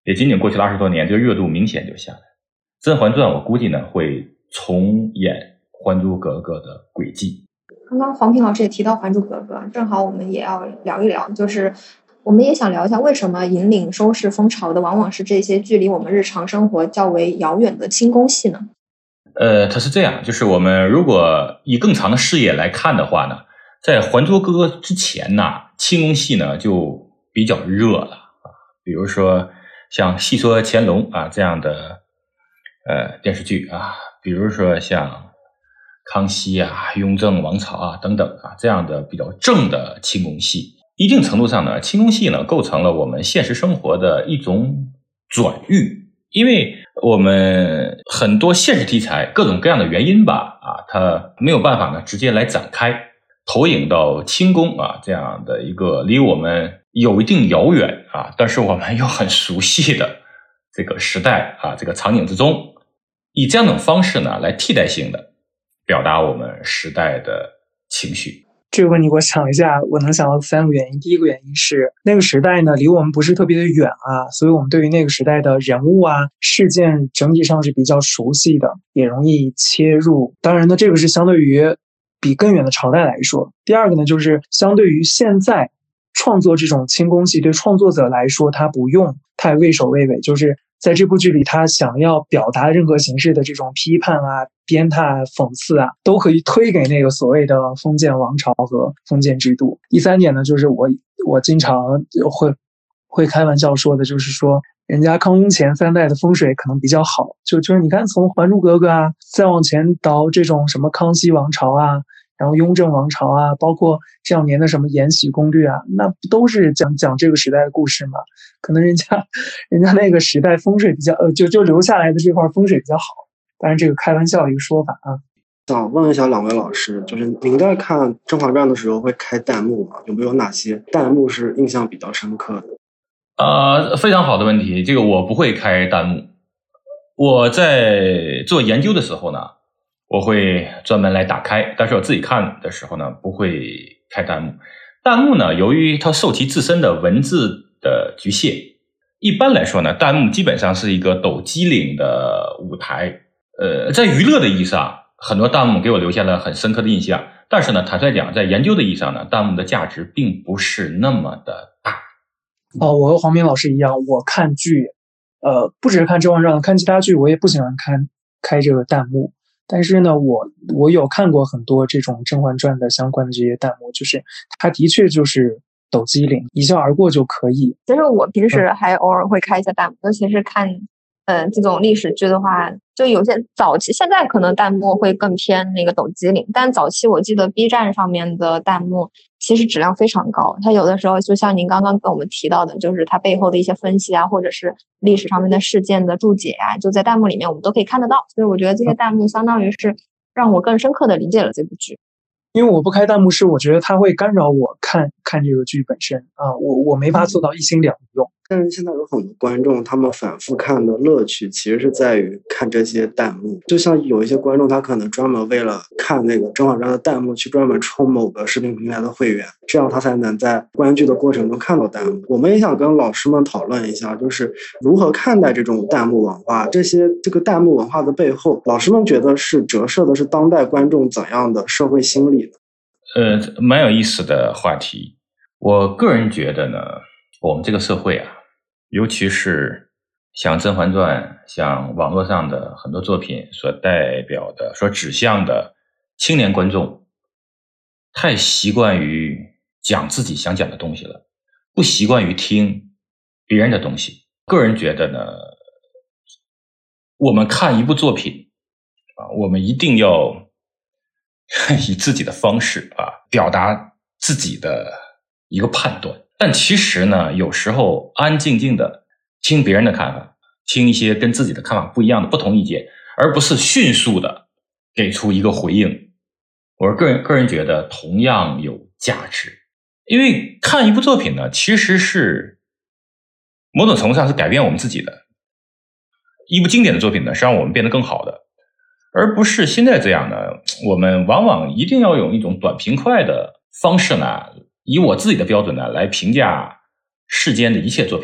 也仅仅过去了二十多年，这个热度明显就下来。《甄嬛传》我估计呢会重演《还珠格格》的轨迹。 刚刚黄平老师也提到《还珠格格》，正好我们也要聊一聊，就是我们也想聊一下，为什么引领收视风潮的往往是这些距离我们日常生活较为遥远的清宫戏呢？ 呃，它是这样，就是我们如果以更长的视野来看的话呢，在《还珠格格》之前呢，清宫戏呢就比较热了啊，比如说像《戏说乾隆》啊这样的呃电视剧啊，比如说像康熙啊、雍正王朝啊等等啊这样的比较正的清宫戏。一定程度上呢，清宫戏呢构成了我们现实生活的一种转喻，因为我们很多现实题材各种各样的原因吧啊，它没有办法呢直接来展开投影到清宫啊这样的一个离我们有一定遥远啊，但是我们又很熟悉的这个时代啊这个场景之中，以这样的方式呢来替代性的表达我们时代的情绪。 这个问题我想一下，我能想到三个原因。第一个原因是那个时代呢离我们不是特别的远啊，所以我们对于那个时代的人物啊事件整体上是比较熟悉的，也容易切入。当然呢这个是相对于比更远的朝代来说。第二个呢就是相对于现在创作这种清宫戏，对创作者来说他不用太畏首畏尾，就是在这部剧里他想要表达任何形式的这种批判啊、鞭挞、讽刺啊，都可以推给那个所谓的封建王朝和封建制度。第三点呢，就是我我经常会会开玩笑说的，就是说人家康雍乾三代的风水可能比较好，就就是你看从《还珠格格》啊，再往前倒这种什么康熙王朝啊，然后雍正王朝啊，包括这两年的什么《延禧攻略》啊，那不都是讲讲这个时代的故事吗？可能人家人家那个时代风水比较呃，就就留下来的这块风水比较好，当然这个开玩笑一个说法啊。 想问一下两位老师，就是您在看《甄嬛传》的时候会开弹幕吗？有没有哪些弹幕是印象比较深刻的？ 呃，非常好的问题，这个我不会开弹幕。我在做研究的时候呢，我会专门来打开，但是我自己看的时候呢，不会开弹幕。弹幕呢，由于它受其自身的文字的局限，一般来说呢，弹幕基本上是一个抖机灵的舞台。呃，在娱乐的意义上，很多弹幕给我留下了很深刻的印象。但是呢，坦率讲，在研究的意义上呢，弹幕的价值并不是那么的大。 哦，我和黄明老师一样，我看剧，呃，不只是看《甄嬛传》，看其他剧我也不喜欢看开这个弹幕。但是呢，我我有看过很多这种《甄嬛传》的相关的这些弹幕，就是它的确就是抖机灵，一笑而过就可以。 其实我平时还偶尔会开一下弹幕，尤其是看呃这种历史剧的话，就有些早期，现在可能弹幕会更偏那个抖机灵，但早期我记得 B 站上面的弹幕其实质量非常高，它有的时候就像您刚刚跟我们提到的，就是它背后的一些分析啊，或者是历史上面的事件的注解啊，就在弹幕里面我们都可以看得到。所以我觉得这些弹幕相当于是让我更深刻的理解了这部剧。 因为我不开弹幕是我觉得它会干扰我看看这个剧本身啊，我我没法做到一心两用。 但是现在有很多观众，他们反复看的乐趣其实是在于看这些弹幕。就像有一些观众，他可能专门为了看那个《甄嬛传》的弹幕，去专门充某个视频平台的会员，这样他才能在观剧的过程中看到弹幕。我们也想跟老师们讨论一下，就是如何看待这种弹幕文化，这些这个弹幕文化的背后，老师们觉得是折射的是当代观众怎样的社会心理呢？ 呃，蛮有意思的话题。我个人觉得呢，我们这个社会啊，尤其是像《甄嬛传》、像网络上的很多作品所代表的、所指向的青年观众，太习惯于讲自己想讲的东西了，不习惯于听别人的东西。个人觉得呢，我们看一部作品啊，我们一定要以自己的方式啊，表达自己的一个判断。但其实呢，有时候安安静静的听别人的看法，听一些跟自己的看法不一样的不同意见，而不是迅速的给出一个回应，我个人个人觉得同样有价值。因为看一部作品呢，其实是某种程度上是改变我们自己的。一部经典的作品呢，是让我们变得更好的，而不是现在这样呢，我们往往一定要用一种短平快的方式呢，以我自己的标准呢来评价世间的一切作品。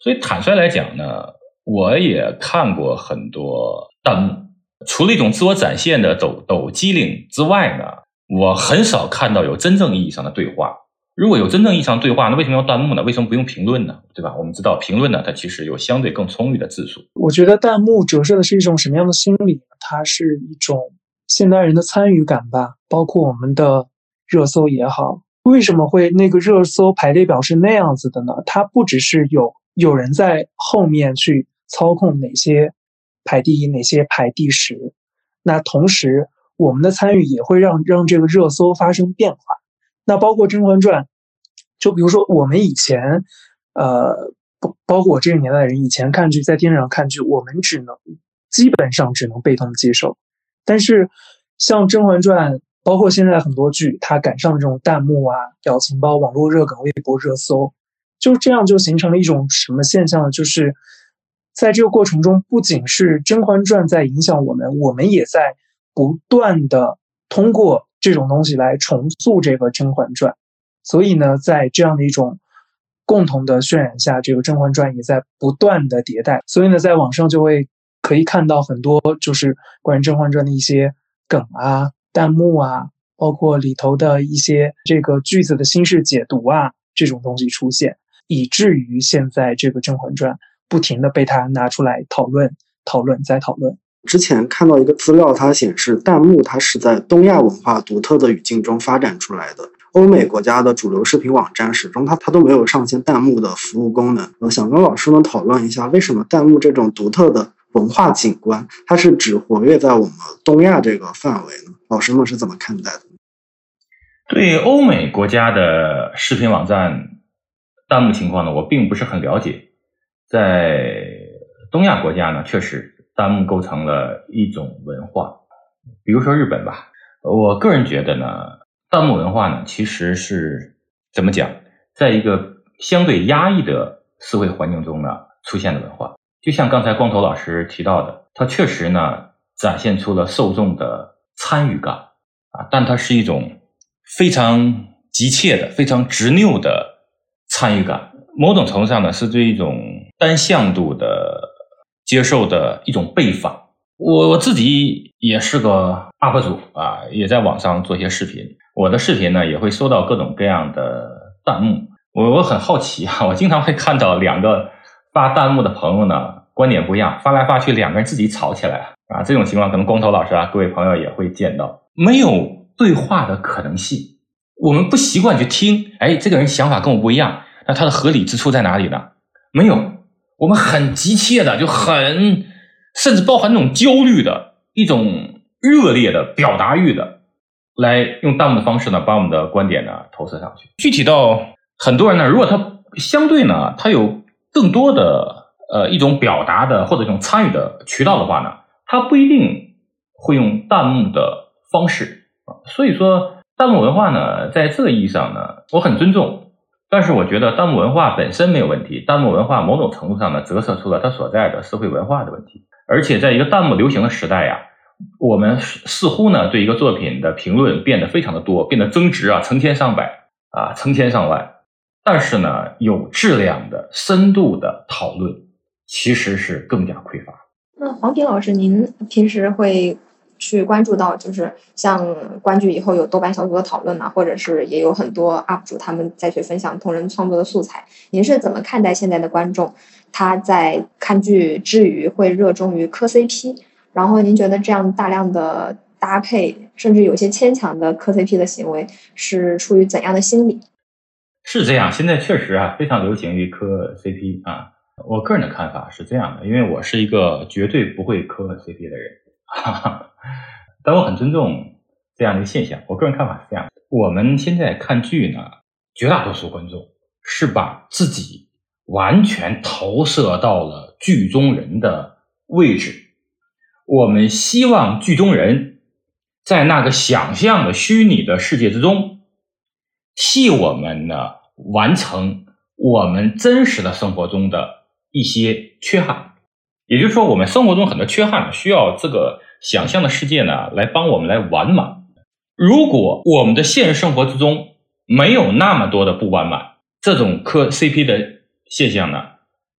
所以坦率来讲呢，我也看过很多弹幕，除了一种自我展现的抖抖机灵之外呢，我很少看到有真正意义上的对话。如果有真正意义上的对话，那为什么要弹幕呢？为什么不用评论呢？对吧？我们知道评论呢，它其实有相对更充裕的字数。 我觉得弹幕折射的是一种什么样的心理？它是一种现代人的参与感吧，包括我们的热搜也好。为什么会那个热搜排列表是那样子的呢？它不只是有有人在后面去操控哪些排第一，哪些排第十，那同时我们的参与也会让让这个热搜发生变化。那包括《甄嬛传》，就比如说我们以前，呃，包括我这个年代的人，以前看剧，在电视上看剧，我们只能基本上只能被动接受。但是像《甄嬛传》，包括现在很多剧，它赶上这种弹幕啊、表情包、网络热梗、微博热搜，就这样就形成了一种什么现象呢？就是在这个过程中，不仅是《甄嬛传》在影响我们，我们也在不断的通过这种东西来重塑这个《甄嬛传》。所以呢，在这样的一种共同的渲染下，这个《甄嬛传》也在不断的迭代。所以呢，在网上就会可以看到很多就是关于《甄嬛传》的一些梗啊、弹幕啊，包括里头的一些这个句子的新式解读啊，这种东西出现，以至于现在这个《甄嬛传》不停的被他拿出来讨论、讨论再讨论。 之前看到一个资料，它显示弹幕它是在东亚文化独特的语境中发展出来的。欧美国家的主流视频网站始终它它都没有上线弹幕的服务功能。我想跟老师们讨论一下，为什么弹幕这种独特的文化景观，它是只活跃在我们东亚这个范围呢？老师们是怎么看待的？ 对欧美国家的视频网站弹幕情况呢，我并不是很了解。在东亚国家呢，确实弹幕构成了一种文化。比如说日本吧，我个人觉得呢，弹幕文化呢，其实是怎么讲，在一个相对压抑的社会环境中呢出现的文化。就像刚才光头老师提到的，它确实呢展现出了受众的参与感啊，但它是一种非常急切的、非常执拗的参与感。某种程度上呢，是对一种单向度的接受的一种背反。我我自己也是个 U P 主啊，也在网上做些视频。我的视频呢也会收到各种各样的弹幕。我我很好奇啊，我经常会看到两个发弹幕的朋友呢观点不一样，发来发去两个人自己吵起来啊。这种情况可能光头老师啊各位朋友也会见到，没有对话的可能性。我们不习惯去听，哎，这个人想法跟我不一样，那他的合理之处在哪里呢？没有，我们很急切的，就很甚至包含那种焦虑的一种热烈的表达欲的，来用弹幕的方式呢把我们的观点呢投射上去。具体到很多人呢，如果他相对呢他有更多的呃一种表达的或者一种参与的渠道的话呢，他不一定会用弹幕的方式啊。所以说弹幕文化呢在这个意义上呢我很尊重，但是我觉得弹幕文化本身没有问题，弹幕文化某种程度上呢折射出了它所在的社会文化的问题。而且在一个弹幕流行的时代呀，我们似乎呢对一个作品的评论变得非常的多，变得增值啊，成千上百啊，成千上万。但是呢有质量的深度的讨论其实是更加匮乏。 那黄平老师，您平时会去关注到就是像观剧以后有豆瓣小组的讨论啊，或者是也有很多 U P 主他们在去分享同人创作的素材，您是怎么看待现在的观众他在看剧之余会热衷于磕 C P， 然后您觉得这样大量的搭配甚至有些牵强的磕 C P 的行为是出于怎样的心理？ 是这样，现在确实啊非常流行于磕 C P 啊。我个人的看法是这样的，因为我是一个绝对不会磕 C P 的人，哈哈，但我很尊重这样的一个现象。我个人看法是这样，我们现在看剧呢，绝大多数观众是把自己完全投射到了剧中人的位置，我们希望剧中人在那个想象的虚拟的世界之中替我们呢完成我们真实的生活中的一些缺憾。也就是说我们生活中很多缺憾需要这个想象的世界呢来帮我们来完满。如果我们的现实生活之中没有那么多的不完满，这种磕 C P 的现象呢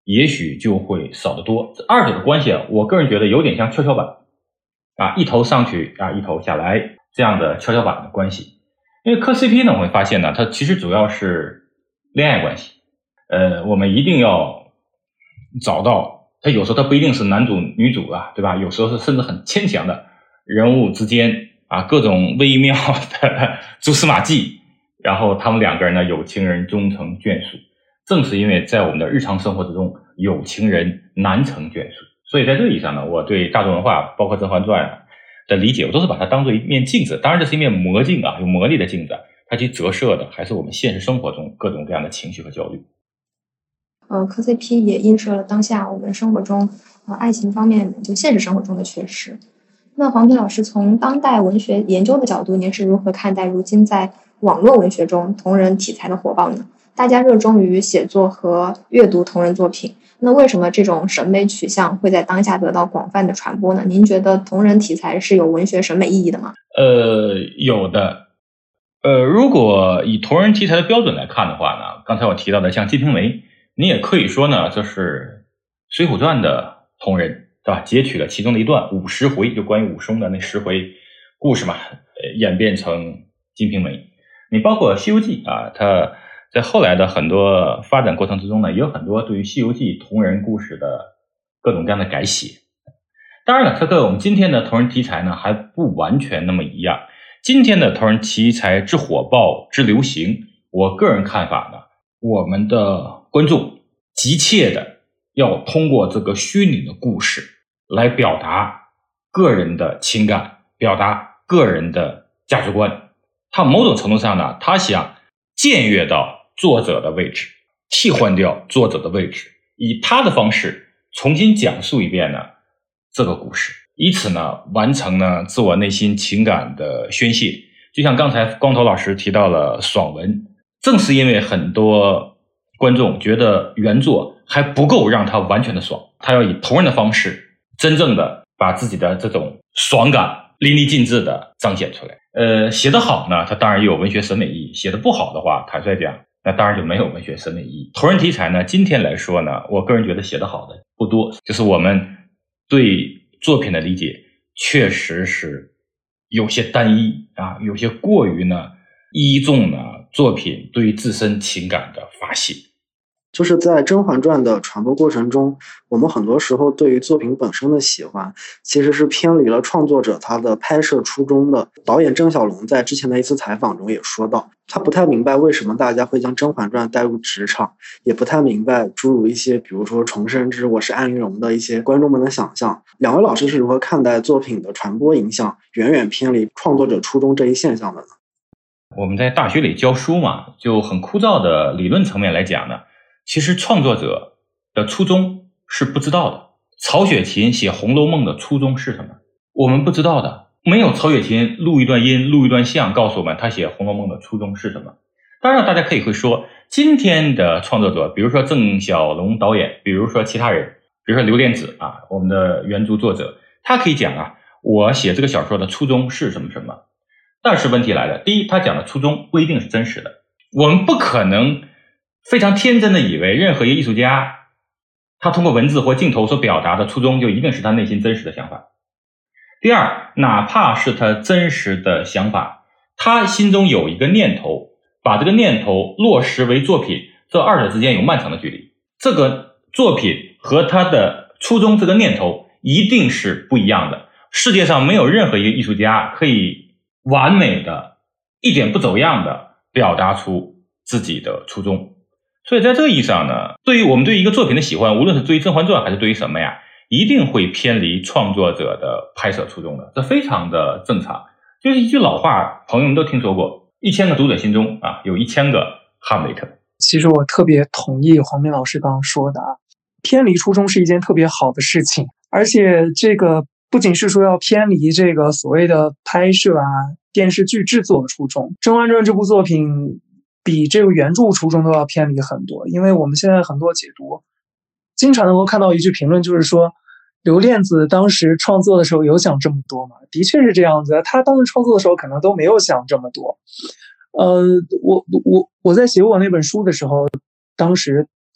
也许就会少得多。这二者的关系啊，我个人觉得有点像跷跷板啊，一头上去啊，一头下来这样的跷跷板的关系。因为磕 C P 呢，我会发现呢，它其实主要是恋爱关系。呃，我们一定要找到，它有时候它不一定是男主女主啊，对吧？有时候是甚至很牵强的人物之间啊，各种微妙的蛛丝马迹，然后他们两个人呢，有情人终成眷属。正是因为在我们的日常生活之中，有情人难成眷属，所以在这个意义上呢，我对大众文化，包括《甄嬛传》的理解，我都是把它当做一面镜子。当然，这是一面魔镜啊，有魔力的镜子，它去折射的还是我们现实生活中各种各样的情绪和焦虑。 呃，磕 C P 也映射了当下我们生活中呃爱情方面就现实生活中的缺失。那黄平老师从当代文学研究的角度，您是如何看待如今在网络文学中同人题材的火爆呢？大家热衷于写作和阅读同人作品，那为什么这种审美取向会在当下得到广泛的传播呢？您觉得同人题材是有文学审美意义的吗？ 呃，有的。呃，如果以同人题材的标准来看的话呢，刚才我提到的像《金瓶梅》，你也可以说呢，这是《水浒传》的同人，对吧？截取了其中的一段五十回，就关于武松的那十回故事嘛，演变成《金瓶梅》。你包括《西游记》啊，它在后来的很多发展过程之中呢，也有很多对于《西游记》同人故事的各种各样的改写。当然了，它跟我们今天的同人题材呢还不完全那么一样。今天的同人题材之火爆之流行，我个人看法呢，我们的观众急切的要通过这个虚拟的故事来表达个人的情感，表达个人的价值观。他某种程度上呢，他想僭越到作者的位置，替换掉作者的位置，以他的方式重新讲述一遍呢这个故事，以此呢完成呢自我内心情感的宣泄。就像刚才光头老师提到了爽文，正是因为很多观众觉得原作还不够让他完全的爽，他要以同人的方式真正的把自己的这种爽感淋漓尽致的彰显出来。呃，写得好呢，它当然有文学审美意义；写得不好的话，坦率讲，那当然就没有文学审美意义。同人题材呢，今天来说呢，我个人觉得写得好的不多，就是我们对作品的理解确实是有些单一啊，有些过于呢依重呢作品对于自身情感的发泄。 就是在《甄嬛传》的传播过程中，我们很多时候对于作品本身的喜欢，其实是偏离了创作者他的拍摄初衷的。导演郑晓龙在之前的一次采访中也说到，他不太明白为什么大家会将《甄嬛传》带入职场，也不太明白诸如一些比如说重生之我是安陵容的一些观众们的想象。两位老师是如何看待作品的传播影响远远偏离创作者初衷这一现象的呢？ 我们在大学里教书嘛，就很枯燥的理论层面来讲呢，其实创作者的初衷是不知道的。曹雪芹写《红楼梦》的初衷是什么？我们不知道的。没有曹雪芹录一段音、录一段像告诉我们他写《红楼梦》的初衷是什么。当然大家可以会说，今天的创作者，比如说郑晓龙导演，比如说其他人，比如说刘恋子啊，我们的原著作者，他可以讲啊，我写这个小说的初衷是什么什么。但是问题来了，第一，他讲的初衷不一定是真实的。我们不可能非常天真的以为任何一个艺术家他通过文字或镜头所表达的初衷就一定是他内心真实的想法。第二，哪怕是他真实的想法，他心中有一个念头，把这个念头落实为作品，这二者之间有漫长的距离。这个作品和他的初衷这个念头一定是不一样的。世界上没有任何一个艺术家可以完美的一点不走样的表达出自己的初衷。所以在这个意义上呢，对于我们对于一个作品的喜欢，无论是对于《甄嬛传》还是对于什么呀，一定会偏离创作者的拍摄初衷的，这非常的正常。就是一句老话，朋友们都听说过，一千个读者心中啊，有一千个哈姆雷特。 其实我特别同意黄明老师刚刚说的啊，偏离初衷是一件特别好的事情，而且这个不仅是说要偏离这个所谓的拍摄啊、电视剧制作的初衷，《甄嬛传》这部作品比这个原著初衷都要偏离很多。因为我们现在很多解读经常能够看到一句评论，就是说刘恋子当时创作的时候有想这么多吗？的确是这样子，他当时创作的时候可能都没有想这么多。呃，我我我在写我那本书的时候，当时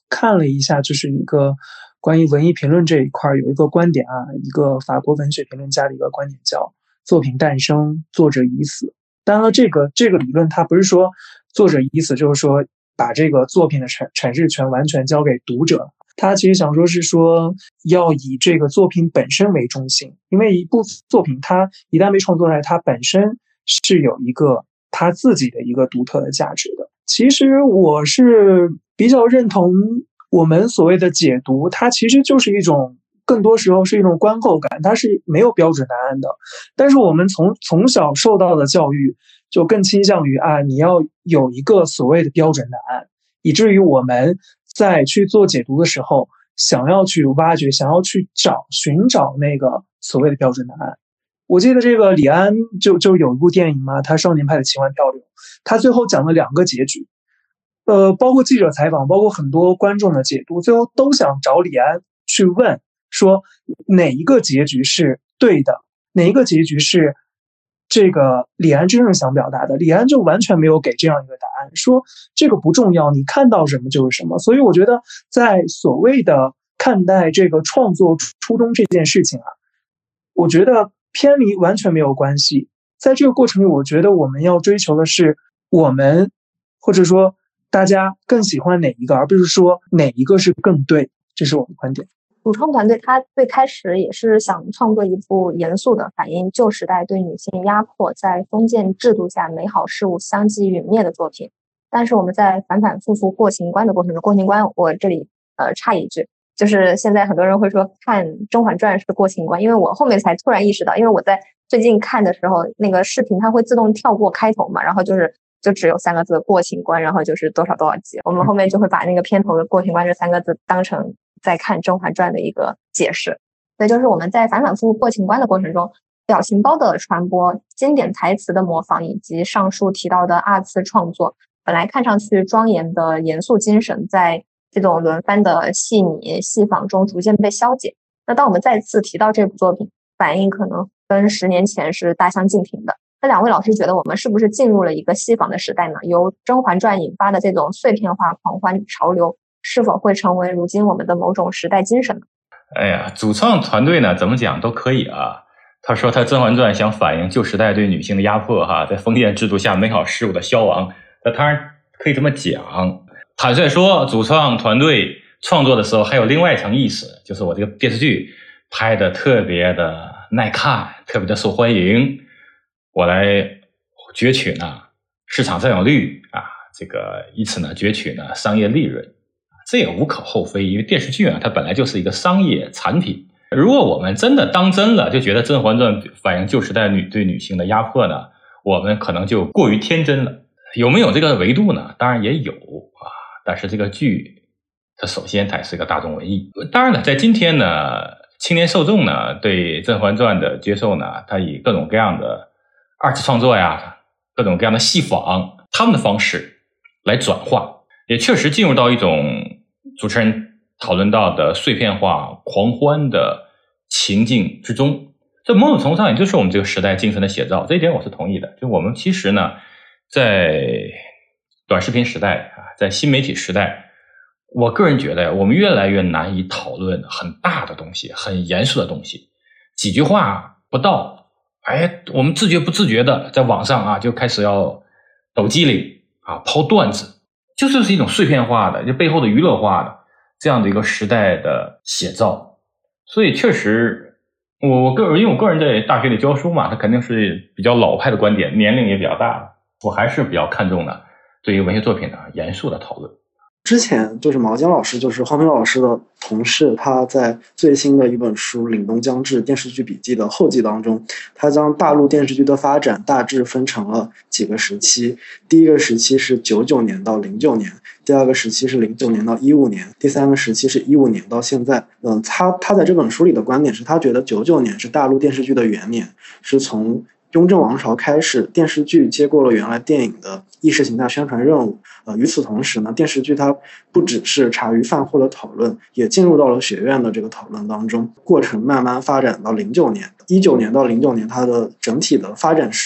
看了一下，就是一个关于文艺评论这一块有一个观点啊，一个法国文学评论家的一个观点叫作品诞生，作者已死。当然了，这个这个理论它不是说作者已死就是说把这个作品的阐阐释权完全交给读者，他其实想说是说要以这个作品本身为中心，因为一部作品它一旦被创作出来，它本身是有一个它自己的一个独特的价值的。其实我是比较认同我们所谓的解读，它其实就是一种更多时候是一种观后感，它是没有标准答案的。但是我们从从小受到的教育就更倾向于啊，你要有一个所谓的标准答案，以至于我们在去做解读的时候，想要去挖掘，想要去找寻找那个所谓的标准答案。我记得这个李安就就有一部电影嘛，他《少年派的奇幻漂流》，他最后讲了两个结局，呃，包括记者采访，包括很多观众的解读，最后都想找李安去问说哪一个结局是对的，哪一个结局是这个李安真正想表达的。李安就完全没有给这样一个答案，说这个不重要，你看到什么就是什么。所以我觉得在所谓的看待这个创作初衷这件事情啊，我觉得偏离完全没有关系。在这个过程里，我觉得我们要追求的是我们或者说大家更喜欢哪一个，而不是说哪一个是更对，这是我的观点。 主创团队他最开始也是想创作一部严肃的反映旧时代对女性压迫在封建制度下美好事物相继陨灭的作品，但是我们在反反复复过情关的过程中，过情关我这里呃插一句，就是现在很多人会说看《甄嬛传》是过情关，因为我后面才突然意识到，因为我在最近看的时候，那个视频它会自动跳过开头嘛，然后就是就只有三个字过情关，然后就是多少多少集，我们后面就会把那个片头的过情关这三个字当成在看《甄嬛传》的一个解释。所以就是我们在反反复复过情关的过程中，表情包的传播、经典台词的模仿，以及上述提到的二次创作，本来看上去庄严的严肃精神，在这种轮番的细拟戏仿中逐渐被消解。那当我们再次提到这部作品，反应可能跟十年前是大相径庭的。那两位老师觉得我们是不是进入了一个戏仿的时代呢？由《甄嬛传》引发的这种碎片化狂欢潮流，是否会成为如今我们的某种时代精神呢？ 哎呀，主创团队呢怎么讲都可以啊。他说他《甄嬛传》想反映旧时代对女性的压迫哈，在封建制度下美好事物的消亡，那当然可以这么讲。坦率说，主创团队创作的时候还有另外一层意思，就是我这个电视剧拍的特别的耐看，特别的受欢迎，我来攫取呢市场占有率啊，这个以此呢攫取呢商业利润，这也无可厚非，因为电视剧啊它本来就是一个商业产品。如果我们真的当真了，就觉得《甄嬛传》反映旧时代女对女性的压迫呢，我们可能就过于天真了。有没有这个维度呢？当然也有啊，但是这个剧它首先它也是一个大众文艺。当然了，在今天呢，青年受众呢对《甄嬛传》的接受呢，它以各种各样的二次创作呀，各种各样的戏仿他们的方式来转化，也确实进入到一种主持人讨论到的碎片化狂欢的情境之中。这某种程度上也就是我们这个时代精神的写照，这一点我是同意的。就我们其实呢在短视频时代啊，在新媒体时代，我个人觉得我们越来越难以讨论很大的东西，很严肃的东西，几句话不到，哎，我们自觉不自觉的在网上啊就开始要抖机灵啊，抛段子，就就是一种碎片化的，就背后的娱乐化的这样的一个时代的写照。所以确实我我个人因为我个人在大学里教书嘛，他肯定是比较老派的观点，年龄也比较大，我还是比较看重的对于文学作品的严肃的讨论。 之前就是毛尖老师，就是黄平老师的同事，他在最新的一本书《凛冬将至电视剧笔记》的后记当中，他将大陆电视剧的发展大致分成了几个时期。第一个时期是九九年到零九年，第二个时期是零九年到一五年，第三个时期是一五年到现在。嗯，他他在这本书里的观点是，他觉得九九年是大陆电视剧的元年，是从雍正王朝开始，电视剧接过了原来电影的意识形态宣传任务。呃，与此同时呢，电视剧它不只是茶余饭后的讨论，也进入到了学院的这个讨论当中。过程慢慢发展到零九年，一九年到零九年，它的整体的发展是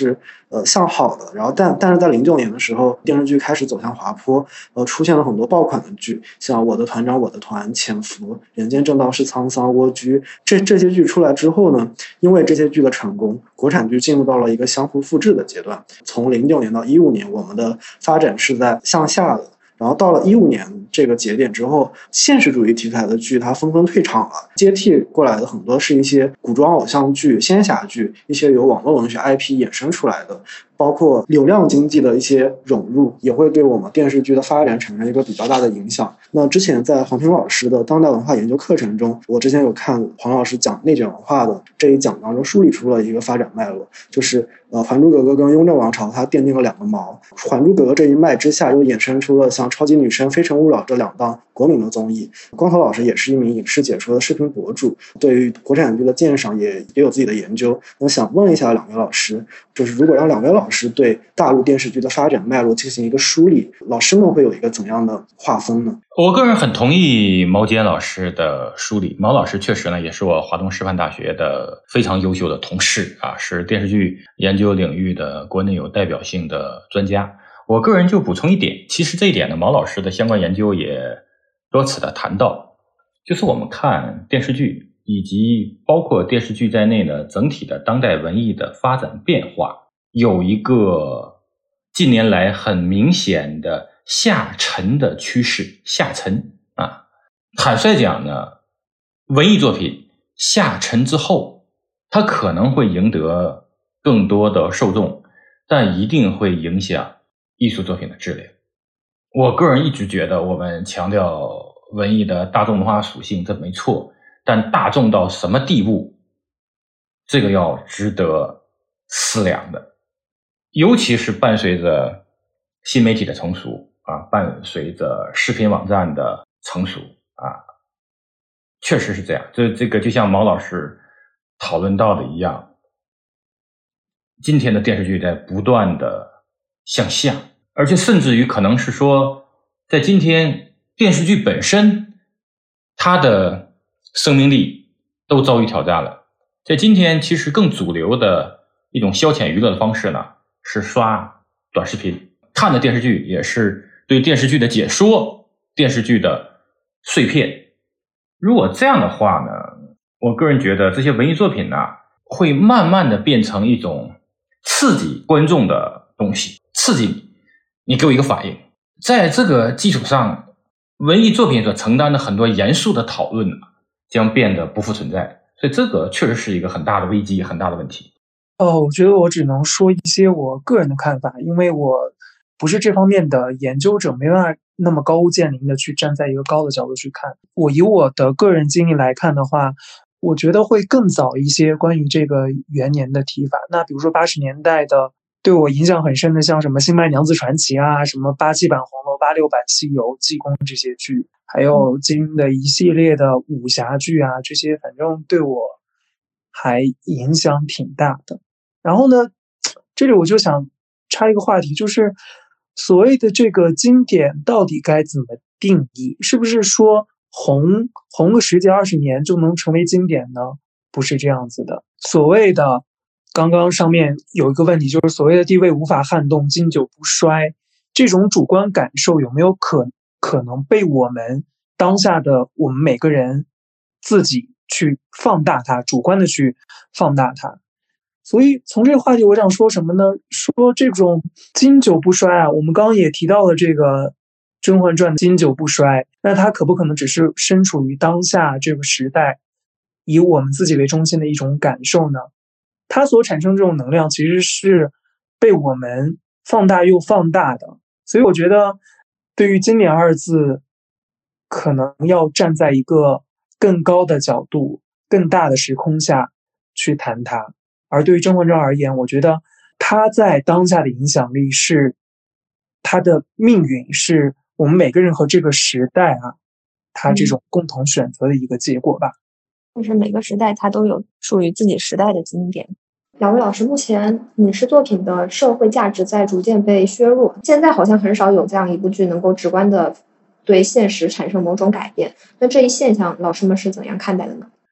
呃向好的，然后但但是在零九年的时候，电视剧开始走向滑坡，呃出现了很多爆款的剧，像我的团长我的团、潜伏、人间正道是沧桑、蜗居，这这些剧出来之后呢，因为这些剧的成功，国产剧进入到了一个相互复制的阶段。从零九年到一五年，我们的发展是在向下的。然后到了一五年这个节点之后，现实主义题材的剧它纷纷退场了，接替过来的很多是一些古装偶像剧、仙侠剧，一些由网络文学 I P 衍生出来的，包括流量经济的一些融入，也会对我们电视剧的发展产生一个比较大的影响。那之前在黄平老师的当代文化研究课程中，我之前有看黄老师讲内卷文化的这一讲当中，梳理出了一个发展脉络，就是呃，《还珠格格》跟《雍正王朝》它奠定了两个锚，《还珠格格》这一脉之下，又衍生出了像《超级女声》《非诚勿扰》这两档国民的综艺。光头老师也是一名影视解说的视频博主，对于国产剧的鉴赏也也有自己的研究。我想问一下两位老师，就是如果让两位老师对大陆电视剧的发展脉络进行一个梳理，老师们会有一个怎样的划分呢？ 我个人很同意毛坚老师的梳理。毛老师确实呢，也是我华东师范大学的非常优秀的同事啊，是电视剧研究领域的国内有代表性的专家。我个人就补充一点，其实这一点呢，毛老师的相关研究也多次的谈到，就是我们看电视剧以及包括电视剧在内的整体的当代文艺的发展变化，有一个近年来很明显的下沉的趋势。下沉啊，坦率讲呢，文艺作品下沉之后，它可能会赢得更多的受众，但一定会影响艺术作品的质量。我个人一直觉得，我们强调文艺的大众文化属性，这没错，但大众到什么地步，这个要值得思量的。尤其是伴随着新媒体的成熟啊，伴随着视频网站的成熟啊，确实是这样。这这个就像毛老师讨论到的一样，今天的电视剧在不断的向下，而且甚至于可能是说，在今天电视剧本身它的生命力都遭遇挑战了。在今天其实更主流的一种消遣娱乐的方式呢，是刷短视频，看的电视剧也是对电视剧的解说，电视剧的碎片。如果这样的话呢，我个人觉得这些文艺作品呢，会慢慢的变成一种刺激观众的东西，刺激你，你给我一个反应。在这个基础上，文艺作品所承担的很多严肃的讨论呢，将变得不复存在。所以这个确实是一个很大的危机，很大的问题。 哦，我觉得我只能说一些我个人的看法，因为我不是这方面的研究者，没办法那么高屋建瓴的去站在一个高的角度去看。我以我的个人经历来看的话，我觉得会更早一些关于这个元年的提法。那比如说八十年代的对我影响很深的，像什么《新白娘子传奇》啊，什么八七版《红楼》、八六版《西游》、《济公》这些剧，还有金的一系列的武侠剧啊，这些反正对我还影响挺大的。然后呢，这里我就想插一个话题，就是所谓的这个经典到底该怎么定义？是不是说红红个十几二十年就能成为经典呢？不是这样子的。所谓的刚刚上面有一个问题，就是所谓的地位无法撼动，经久不衰，这种主观感受有没有可可能被我们当下的我们每个人自己去放大它，主观的去放大它？所以从这个话题我想说什么呢？说这种经久不衰啊，我们刚刚也提到了这个《甄嬛传》经久不衰，那它可不可能只是身处于当下这个时代，以我们自己为中心的一种感受呢？它所产生这种能量其实是被我们放大又放大的。所以我觉得对于经典二字，可能要站在一个更高的角度、更大的时空下去谈它。而对于《甄嬛传》而言，我觉得它在当下的影响力是它的命运，是我们每个人和这个时代啊，它这种共同选择的一个结果吧。 但是每个时代它都有属于自己时代的经典。两位老师，目前影视作品的社会价值在逐渐被削弱，现在好像很少有这样一部剧能够直观的对现实产生某种改变。那这一现象，老师们是怎样看待的呢？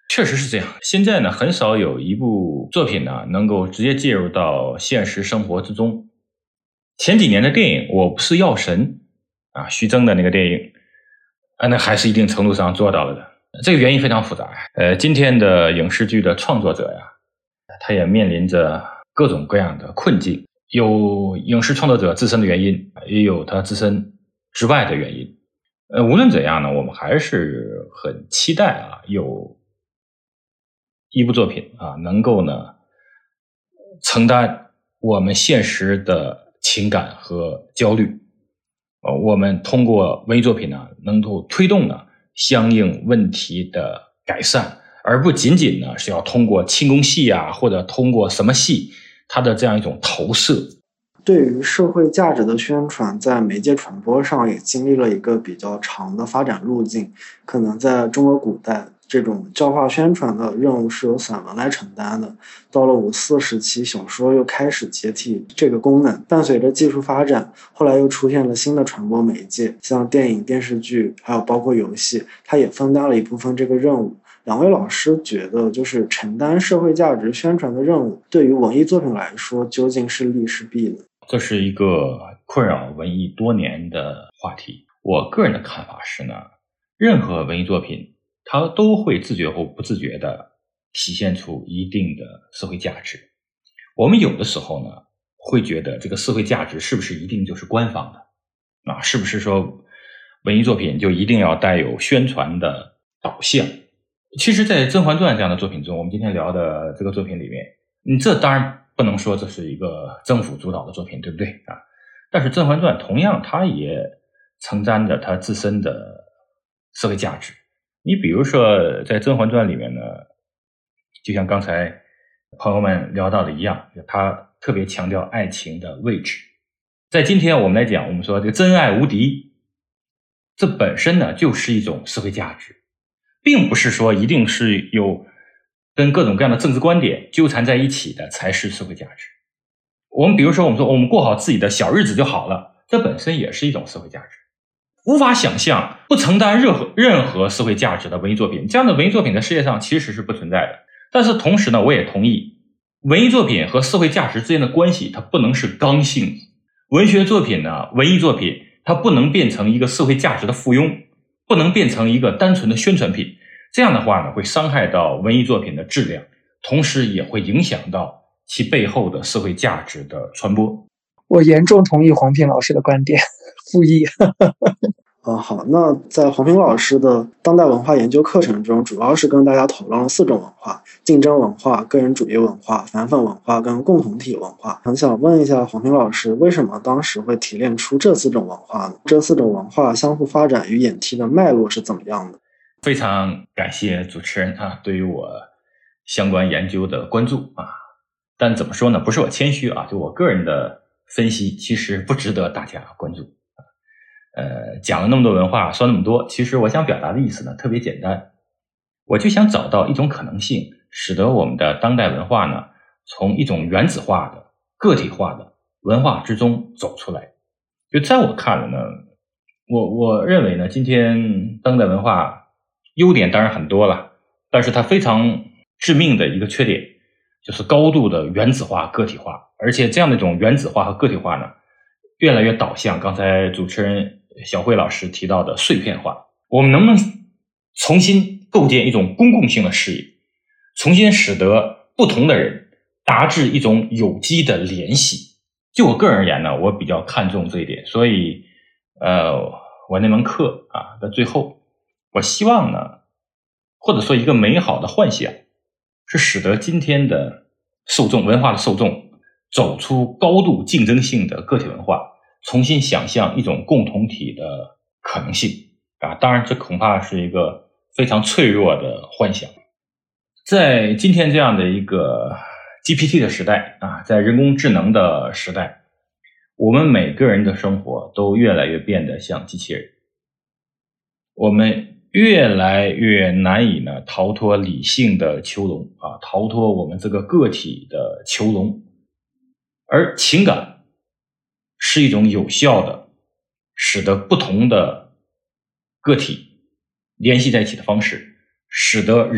确实是这样。现在呢，很少有一部作品呢能够直接介入到现实生活之中。前几年的电影《我不是药神》啊，徐峥的那个电影啊，那还是一定程度上做到了的。这个原因非常复杂。呃，今天的影视剧的创作者呀，他也面临着各种各样的困境，有影视创作者自身的原因，也有他自身之外的原因。呃，无论怎样呢，我们还是很期待啊，有一部作品啊，能够呢承担我们现实的情感和焦虑。呃，我们通过文艺作品呢，能够推动呢相应问题的改善，而不仅仅呢是要通过轻功戏啊，或者通过什么戏它的这样一种投射。 对于社会价值的宣传，在媒介传播上也经历了一个比较长的发展路径。可能在中国古代，这种教化宣传的任务是由散文来承担的。到了五四时期，小说又开始接替这个功能。伴随着技术发展，后来又出现了新的传播媒介，像电影、电视剧，还有包括游戏，它也分担了一部分这个任务。两位老师觉得，就是承担社会价值宣传的任务，对于文艺作品来说，究竟是利是弊呢？ 这是一个困扰文艺多年的话题。我个人的看法是呢，任何文艺作品它都会自觉或不自觉地体现出一定的社会价值。我们有的时候呢，会觉得这个社会价值是不是一定就是官方的啊？是不是说文艺作品就一定要带有宣传的导向？其实在《甄嬛传》这样的作品中，我们今天聊的这个作品里面，你这当然不能说这是一个政府主导的作品，对不对啊？但是《甄嬛传》同样它也承担着它自身的社会价值。你比如说在《甄嬛传》里面呢，就像刚才朋友们聊到的一样，它特别强调爱情的位置。在今天我们来讲，我们说这个真爱无敌，这本身呢就是一种社会价值，并不是说一定是有跟各种各样的政治观点纠缠在一起的才是社会价值。我们比如说我们说我们过好自己的小日子就好了，这本身也是一种社会价值。无法想象不承担任何任何社会价值的文艺作品，这样的文艺作品在世界上其实是不存在的。但是同时呢，我也同意文艺作品和社会价值之间的关系它不能是刚性。文学作品呢，文艺作品它不能变成一个社会价值的附庸，不能变成一个单纯的宣传品。这样的话呢，会伤害到文艺作品的质量，同时也会影响到其背后的社会价值的传播。 我严重同意黄平老师的观点，复议。 呃，好，那在黄平老师的当代文化研究课程中，主要是跟大家讨论了四种文化：竞争文化、个人主义文化、反粉文化跟共同体文化。很想问一下黄平老师，为什么当时会提炼出这四种文化呢？这四种文化相互发展与演替的脉络是怎么样的？ 非常感谢主持人啊对于我相关研究的关注啊，但怎么说呢，不是我谦虚啊，就我个人的分析其实不值得大家关注。呃，讲了那么多文化，说那么多，其实我想表达的意思呢特别简单，我就想找到一种可能性，使得我们的当代文化呢从一种原子化的个体化的文化之中走出来。就在我看来呢，我我认为呢，今天当代文化优点当然很多了，但是它非常致命的一个缺点就是高度的原子化个体化，而且这样的一种原子化和个体化呢越来越导向刚才主持人小慧老师提到的碎片化。我们能不能重新构建一种公共性的视野，重新使得不同的人达至一种有机的联系？就我个人而言呢，我比较看重这一点，所以呃，我那门课啊的最后，我希望呢，或者说一个美好的幻想，是使得今天的受众文化的受众走出高度竞争性的个体文化，重新想象一种共同体的可能性啊！当然，这恐怕是一个非常脆弱的幻想。在今天这样的一个 G P T 的时代啊，在人工智能的时代，我们每个人的生活都越来越变得像机器人，我们越来越难以呢逃脱理性的囚笼啊，逃脱我们这个个体的囚笼，而情感是一种有效的使得不同的个体联系在一起的方式，使得人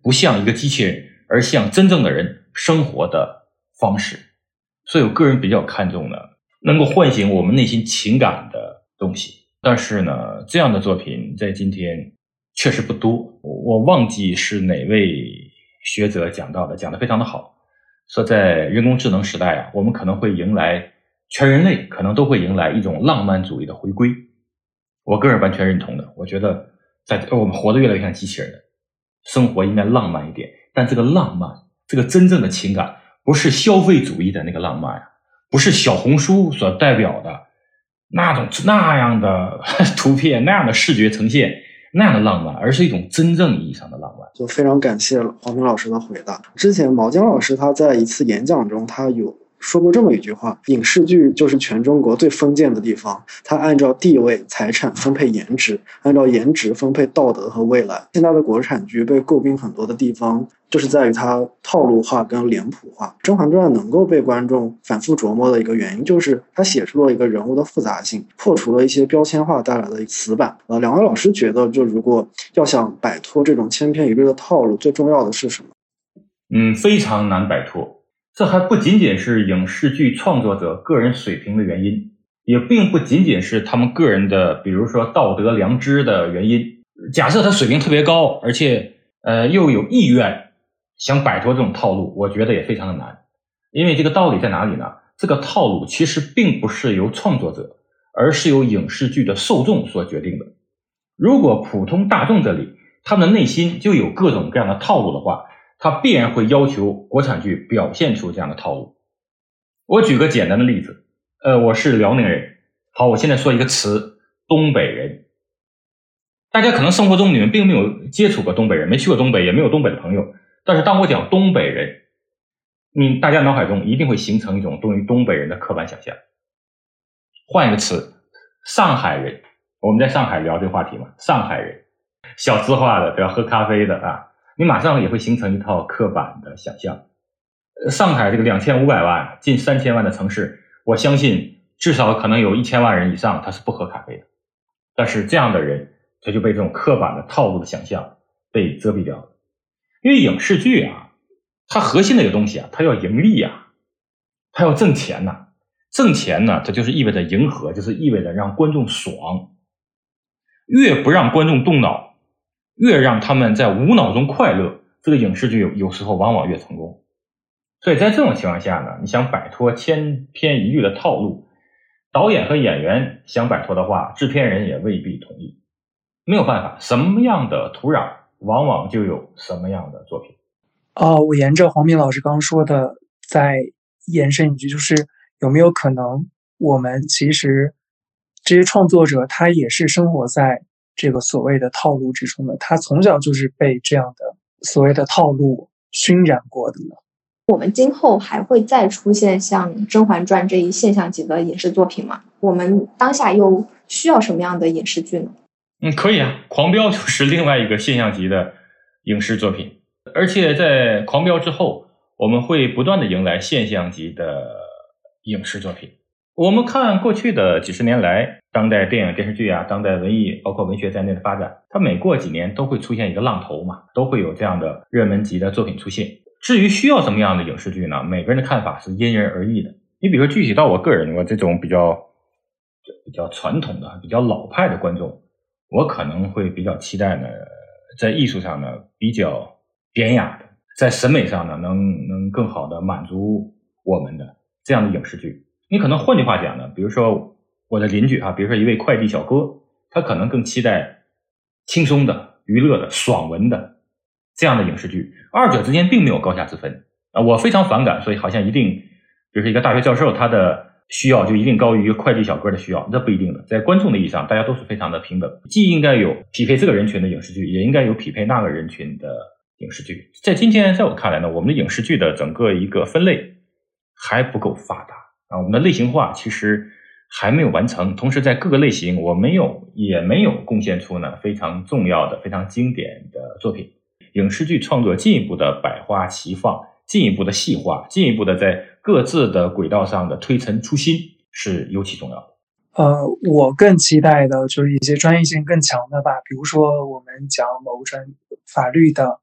不像一个机器人，而像真正的人生活的方式。所以我个人比较看重呢，能够唤醒我们内心情感的东西。但是呢，这样的作品在今天确实不多。我忘记是哪位学者讲到的，讲得非常的好，说在人工智能时代啊，我们可能会迎来，全人类可能都会迎来一种浪漫主义的回归。我个人完全认同的。我觉得在我们活得越来越像机器人了，生活应该浪漫一点，但这个浪漫，这个真正的情感，不是消费主义的那个浪漫啊，不是小红书所代表的那种那样的图片，那样的视觉呈现，那样的浪漫，而是一种真正意义上的浪漫。 就非常感谢黄明老师的回答。之前毛尖老师他在一次演讲中，他有说过这么一句话：影视剧就是全中国最封建的地方，它按照地位、财产分配颜值，按照颜值分配道德和未来。现在的国产剧被诟病很多的地方，就是在于它套路化跟脸谱化。《甄嬛传》能够被观众反复琢磨的一个原因，就是它写出了一个人物的复杂性，破除了一些标签化带来的死板。呃，两位老师觉得，就如果要想摆脱这种千篇一律的套路，最重要的是什么？ 嗯，非常难摆脱。这还不仅仅是影视剧创作者个人水平的原因，也并不仅仅是他们个人的，比如说道德良知的原因。假设他水平特别高，而且呃又有意愿想摆脱这种套路，我觉得也非常的难。因为这个道理在哪里呢？这个套路其实并不是由创作者，而是由影视剧的受众所决定的。如果普通大众这里他们的内心就有各种各样的套路的话，他必然会要求国产剧表现出这样的套路。我举个简单的例子，呃，我是辽宁人，好，我现在说一个词，东北人。大家可能生活中你们并没有接触过东北人，没去过东北，也没有东北的朋友，但是当我讲东北人，你大家脑海中一定会形成一种对于东北人的刻板想象。换一个词，上海人，我们在上海聊这个话题嘛，上海人，小资化的，对吧？喝咖啡的啊。你马上也会形成一套刻板的想象。上海这个两千五百万近三千万的城市，我相信至少可能有一千万人以上他是不喝咖啡的。但是这样的人他就被这种刻板的套路的想象被遮蔽掉了。因为影视剧啊，它核心的一个东西啊，它要盈利啊，它要挣钱呐、啊。挣钱呢，它就是意味着迎合，就是意味着让观众爽。越不让观众动脑，越让他们在无脑中快乐，这个影视剧有有时候往往越成功。所以在这种情况下呢，你想摆脱千篇一律的套路，导演和演员想摆脱的话，制片人也未必同意。没有办法，什么样的土壤往往就有什么样的作品。 哦，我沿着黄明老师刚刚说的再延伸一句，就是有没有可能我们其实这些创作者他也是生活在这个所谓的套路之中的，他从小就是被这样的所谓的套路熏染过的呢？ 我们今后还会再出现像《甄嬛传》这一现象级的影视作品吗？我们当下又需要什么样的影视剧呢？ 嗯，可以啊，《狂飙》就是另外一个现象级的影视作品，而且在《狂飙》之后，我们会不断的迎来现象级的影视作品。我们看过去的几十年来，当代电影电视剧啊，当代文艺包括文学在内的发展，它每过几年都会出现一个浪头嘛，都会有这样的热门级的作品出现。至于需要什么样的影视剧呢，每个人的看法是因人而异的。你比如说具体到我个人，我这种比较比较传统的比较老派的观众，我可能会比较期待呢，在艺术上呢比较典雅的，在审美上呢能能更好的满足我们的这样的影视剧。你可能换句话讲呢，比如说我的邻居啊，比如说一位快递小哥，他可能更期待轻松的、娱乐的、爽文的这样的影视剧，二者之间并没有高下之分啊。我非常反感，所以好像一定，比如说一个大学教授，他的需要就一定高于一个快递小哥的需要，这不一定的。在观众的意义上，大家都是非常的平等，既应该有匹配这个人群的影视剧，也应该有匹配那个人群的影视剧。在今天，在我看来呢，我们的影视剧的整个一个分类还不够发达啊，我们的类型化其实还没有完成。同时，在各个类型，我没有也没有贡献出呢非常重要的、非常经典的作品。影视剧创作进一步的百花齐放，进一步的细化，进一步的在各自的轨道上的推陈出新是尤其重要的。 呃，我更期待的就是一些专业性更强的吧，比如说我们讲某专法律的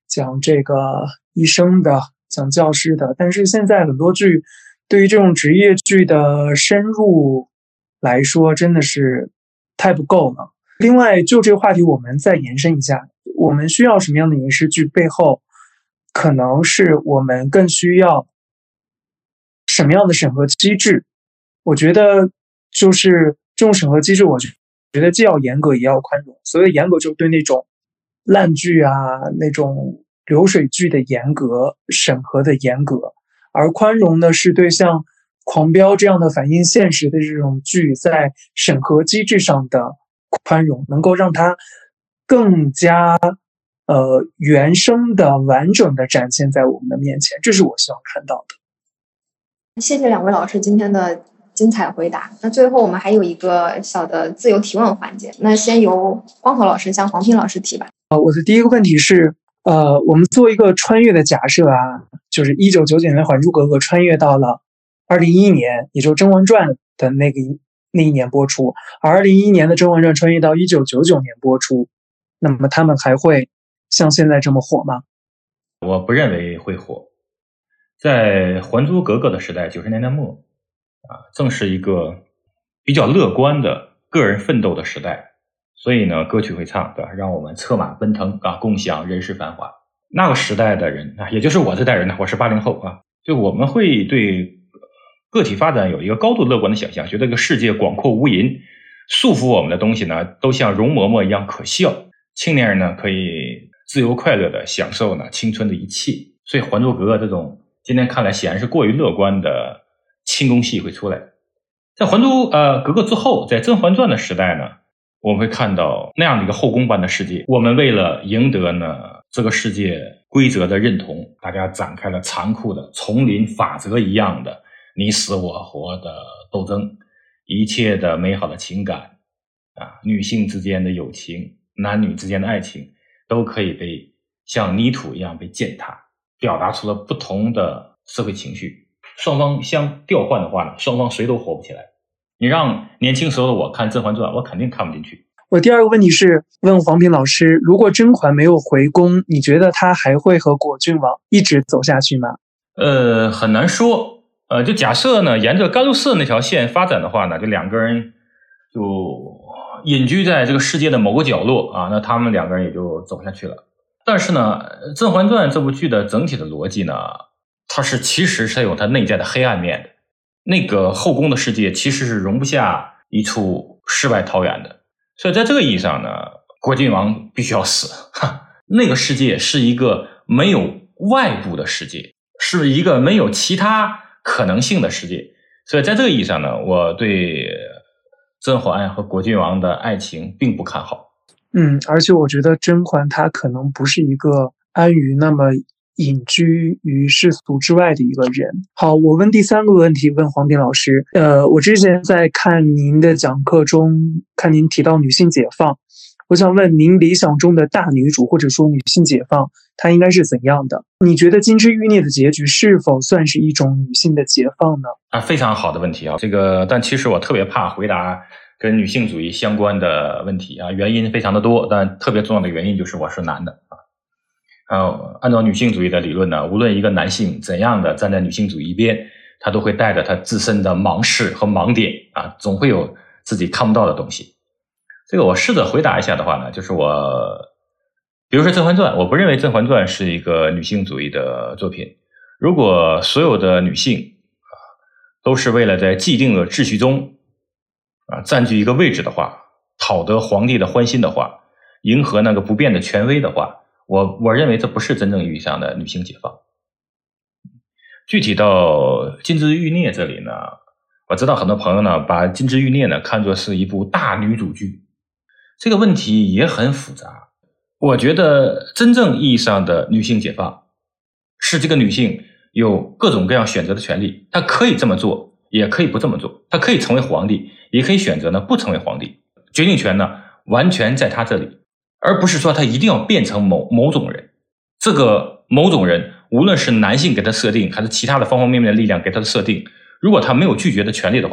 讲这个医生的，讲教师的，但是现在很多剧对于这种职业剧的深入来说真的是太不够了。另外就这个话题我们再延伸一下，我们需要什么样的影视剧，背后可能是我们更需要什么样的审核机制。我觉得就是这种审核机制，我觉得既要严格也要宽容。所谓严格，就对那种烂剧啊，那种流水剧的严格，审核的严格，而宽容呢是对像狂飙这样的反映现实的这种剧，在审核机制上的宽容，能够让它更加呃原生的完整的展现在我们的面前，这是我希望看到的。 谢谢两位老师今天的精彩回答。那最后我们还有一个小的自由提问环节，那先由光头老师向黄平老师提吧。 呃，我的第一个问题是，呃，我们做一个穿越的假设啊，就是一九九九年的《还珠格格》穿越到了二零一一年，也就是《甄嬛传》的那个那一年播出，而二零一一年的《甄嬛传》穿越到一九九九年播出，那么他们还会像现在这么火吗？ 我不认为会火。在《还珠格格》的时代，九十年代末啊，正是一个比较乐观的个人奋斗的时代，所以呢，歌曲会唱，对吧？让我们策马奔腾啊，共享人世繁华。那个时代的人啊，也就是我这代人呢，我是八零后啊，就我们会对个体发展有一个高度乐观的想象，觉得这个世界广阔无垠，束缚我们的东西呢，都像容嬷嬷一样可笑。青年人呢，可以自由快乐的享受呢青春的一切。所以《还珠格格》这种今天看来显然是过于乐观的轻功戏会出来。在《还珠呃格格》之后，在《甄嬛传》的时代呢，我们会看到那样的一个后宫般的世界。我们为了赢得呢这个世界规则的认同，大家展开了残酷的丛林法则一样的你死我活的斗争，一切的美好的情感啊，女性之间的友情，男女之间的爱情，都可以被像泥土一样被践踏，表达出了不同的社会情绪。双方相调换的话呢，双方谁都活不起来。你让年轻时候的我看《甄嬛传》，我肯定看不进去。 我第二个问题是问黄平老师，如果甄嬛没有回宫，你觉得她还会和果郡王一直走下去吗？ 呃，很难说。呃，就假设呢，沿着甘露寺那条线发展的话呢，就两个人就隐居在这个世界的某个角落啊，那他们两个人也就走下去了。但是呢，《甄嬛传》这部剧的整体的逻辑呢，它是其实是有它内在的黑暗面的。那个后宫的世界其实是容不下一处世外桃源的，所以在这个意义上呢，果郡王必须要死。哈，那个世界是一个没有外部的世界，是一个没有其他可能性的世界。所以在这个意义上呢，我对甄嬛和果郡王的爱情并不看好。 嗯，而且我觉得甄嬛她可能不是一个安于那么隐居于世俗之外的一个人。好，我问第三个问题，问黄平老师。呃，我之前在看您的讲课中，看您提到女性解放，我想问您理想中的大女主或者说女性解放，它应该是怎样的？你觉得金枝欲孽的结局是否算是一种女性的解放呢？ 啊，非常好的问题啊，这个，但其实我特别怕回答跟女性主义相关的问题啊，原因非常的多，但特别重要的原因就是我是男的啊。呃，按照女性主义的理论呢，无论一个男性怎样的站在女性主义一边，他都会带着他自身的盲视和盲点啊，总会有自己看不到的东西。这个我试着回答一下的话呢，就是我，比如说《甄嬛传》，我不认为《甄嬛传》是一个女性主义的作品。如果所有的女性啊都是为了在既定的秩序中啊占据一个位置的话，讨得皇帝的欢心的话，迎合那个不变的权威的话，我我认为这不是真正意义上的女性解放。具体到金枝欲孽这里呢，我知道很多朋友呢把金枝欲孽呢看作是一部大女主剧，这个问题也很复杂。我觉得真正意义上的女性解放是这个女性有各种各样选择的权利，她可以这么做，也可以不这么做，她可以成为皇帝，也可以选择呢不成为皇帝，决定权呢完全在她这里，而不是说她一定要变成某某种人。这个某种人无论是男性给她设定还是其他的方方面面的力量给她的设定，如果她没有拒绝的权利的话呢，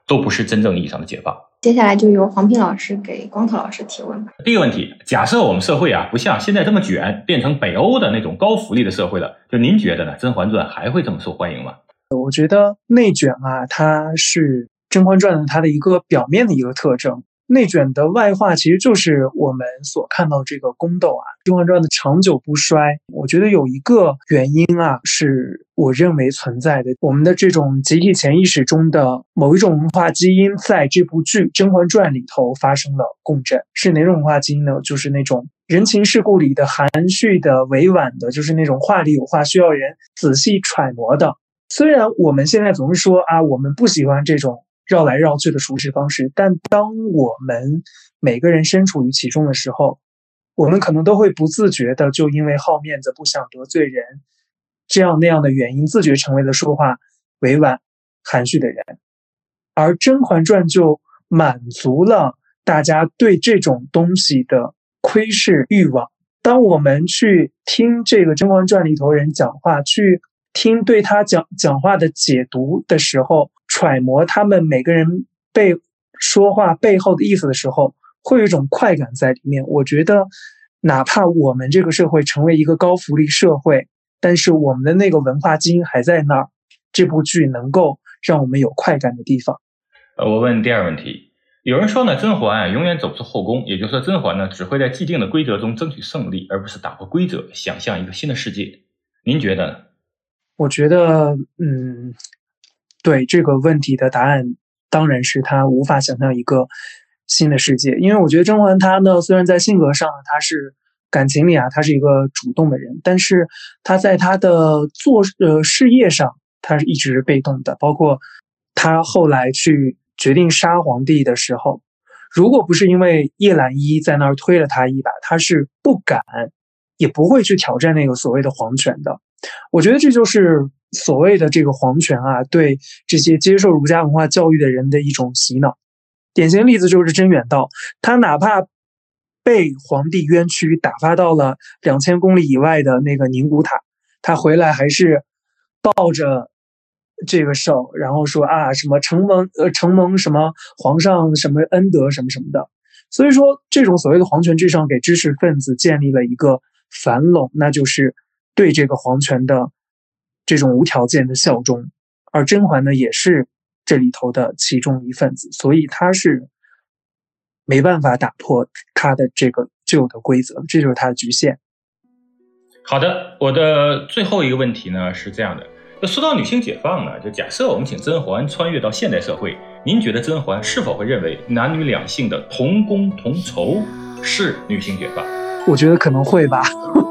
都不是真正意义上的解放。 接下来就由黄平老师给光头老师提问吧。 第一个问题，假设我们社会啊不像现在这么卷，变成北欧的那种高福利的社会了，就您觉得呢？《甄嬛传》还会这么受欢迎吗？ 我觉得内卷啊，它是《甄嬛传》它的一个表面的一个特征。内卷的外化其实就是我们所看到这个宫斗啊，《甄嬛传》的长久不衰，我觉得有一个原因啊，是我认为存在的，我们的这种集体潜意识中的某一种文化基因在这部剧《甄嬛传》里头发生了共振。是哪种文化基因呢？就是那种人情世故里的含蓄的、委婉的，就是那种话里有话，需要人仔细揣摩的。虽然我们现在总是说啊，我们不喜欢这种绕来绕去的熟识方式，但当我们每个人身处于其中的时候，我们可能都会不自觉的就因为好面子不想得罪人这样那样的原因，自觉成为了说话委婉含蓄的人。而《甄嬛传》就满足了大家对这种东西的窥视欲望。当我们去听这个《甄嬛传》里头人讲话，去听对他讲讲话的解读的时候，揣摩他们每个人背说话背后的意思的时候，会有一种快感在里面。我觉得哪怕我们这个社会成为一个高福利社会，但是我们的那个文化基因还在那儿，这部剧能够让我们有快感的地方。 呃，我问第二个问题，有人说呢，甄嬛啊永远走不出后宫，也就是说甄嬛呢只会在既定的规则中争取胜利，而不是打破规则，想象一个新的世界。您觉得呢？ 我觉得嗯，对这个问题的答案当然是他无法想象一个新的世界。因为我觉得甄嬛她呢，虽然在性格上她是感情里啊，她是一个主动的人，但是她在她的做呃事业上她是一直被动的。包括她后来去决定杀皇帝的时候，如果不是因为叶澜依在那儿推了她一把，她是不敢也不会去挑战那个所谓的皇权的。我觉得这就是所谓的这个皇权啊，对这些接受儒家文化教育的人的一种洗脑。典型例子就是甄远道，他哪怕被皇帝冤屈打发到了两千公里以外的那个宁古塔，他回来还是抱着这个手，然后说啊什么承蒙呃承蒙什么皇上什么恩德什么什么的。所以说这种所谓的皇权至上给知识分子建立了一个反垄，那就是对这个皇权的这种无条件的效忠。而甄嬛呢也是这里头的其中一份子，所以她是没办法打破她的这个旧的规则，这就是她的局限。 好的，我的最后一个问题呢是这样的，就说到女性解放呢，就假设我们请甄嬛穿越到现代社会，您觉得甄嬛是否会认为男女两性的同工同酬是女性解放？ 我觉得可能会吧。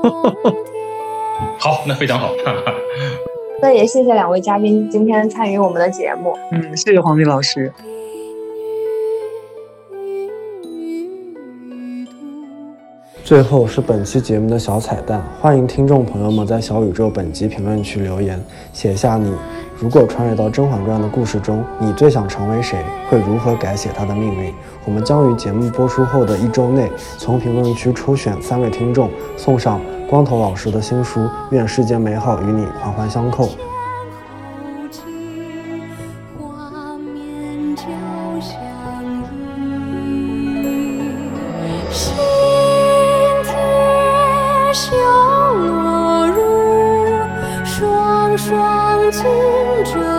好，那非常好。 那也谢谢两位嘉宾今天参与我们的节目。 嗯，谢谢黄丽老师。 最后是本期节目的小彩蛋，欢迎听众朋友们在小宇宙本集评论区留言，写下你如果穿越到《甄嬛传》的故事中，你最想成为谁，会如何改写他的命运。我们将于节目播出后的一周内，从评论区抽选三位听众，送上光头老师的新书《愿世间美好与你环环相扣》。 双双紧着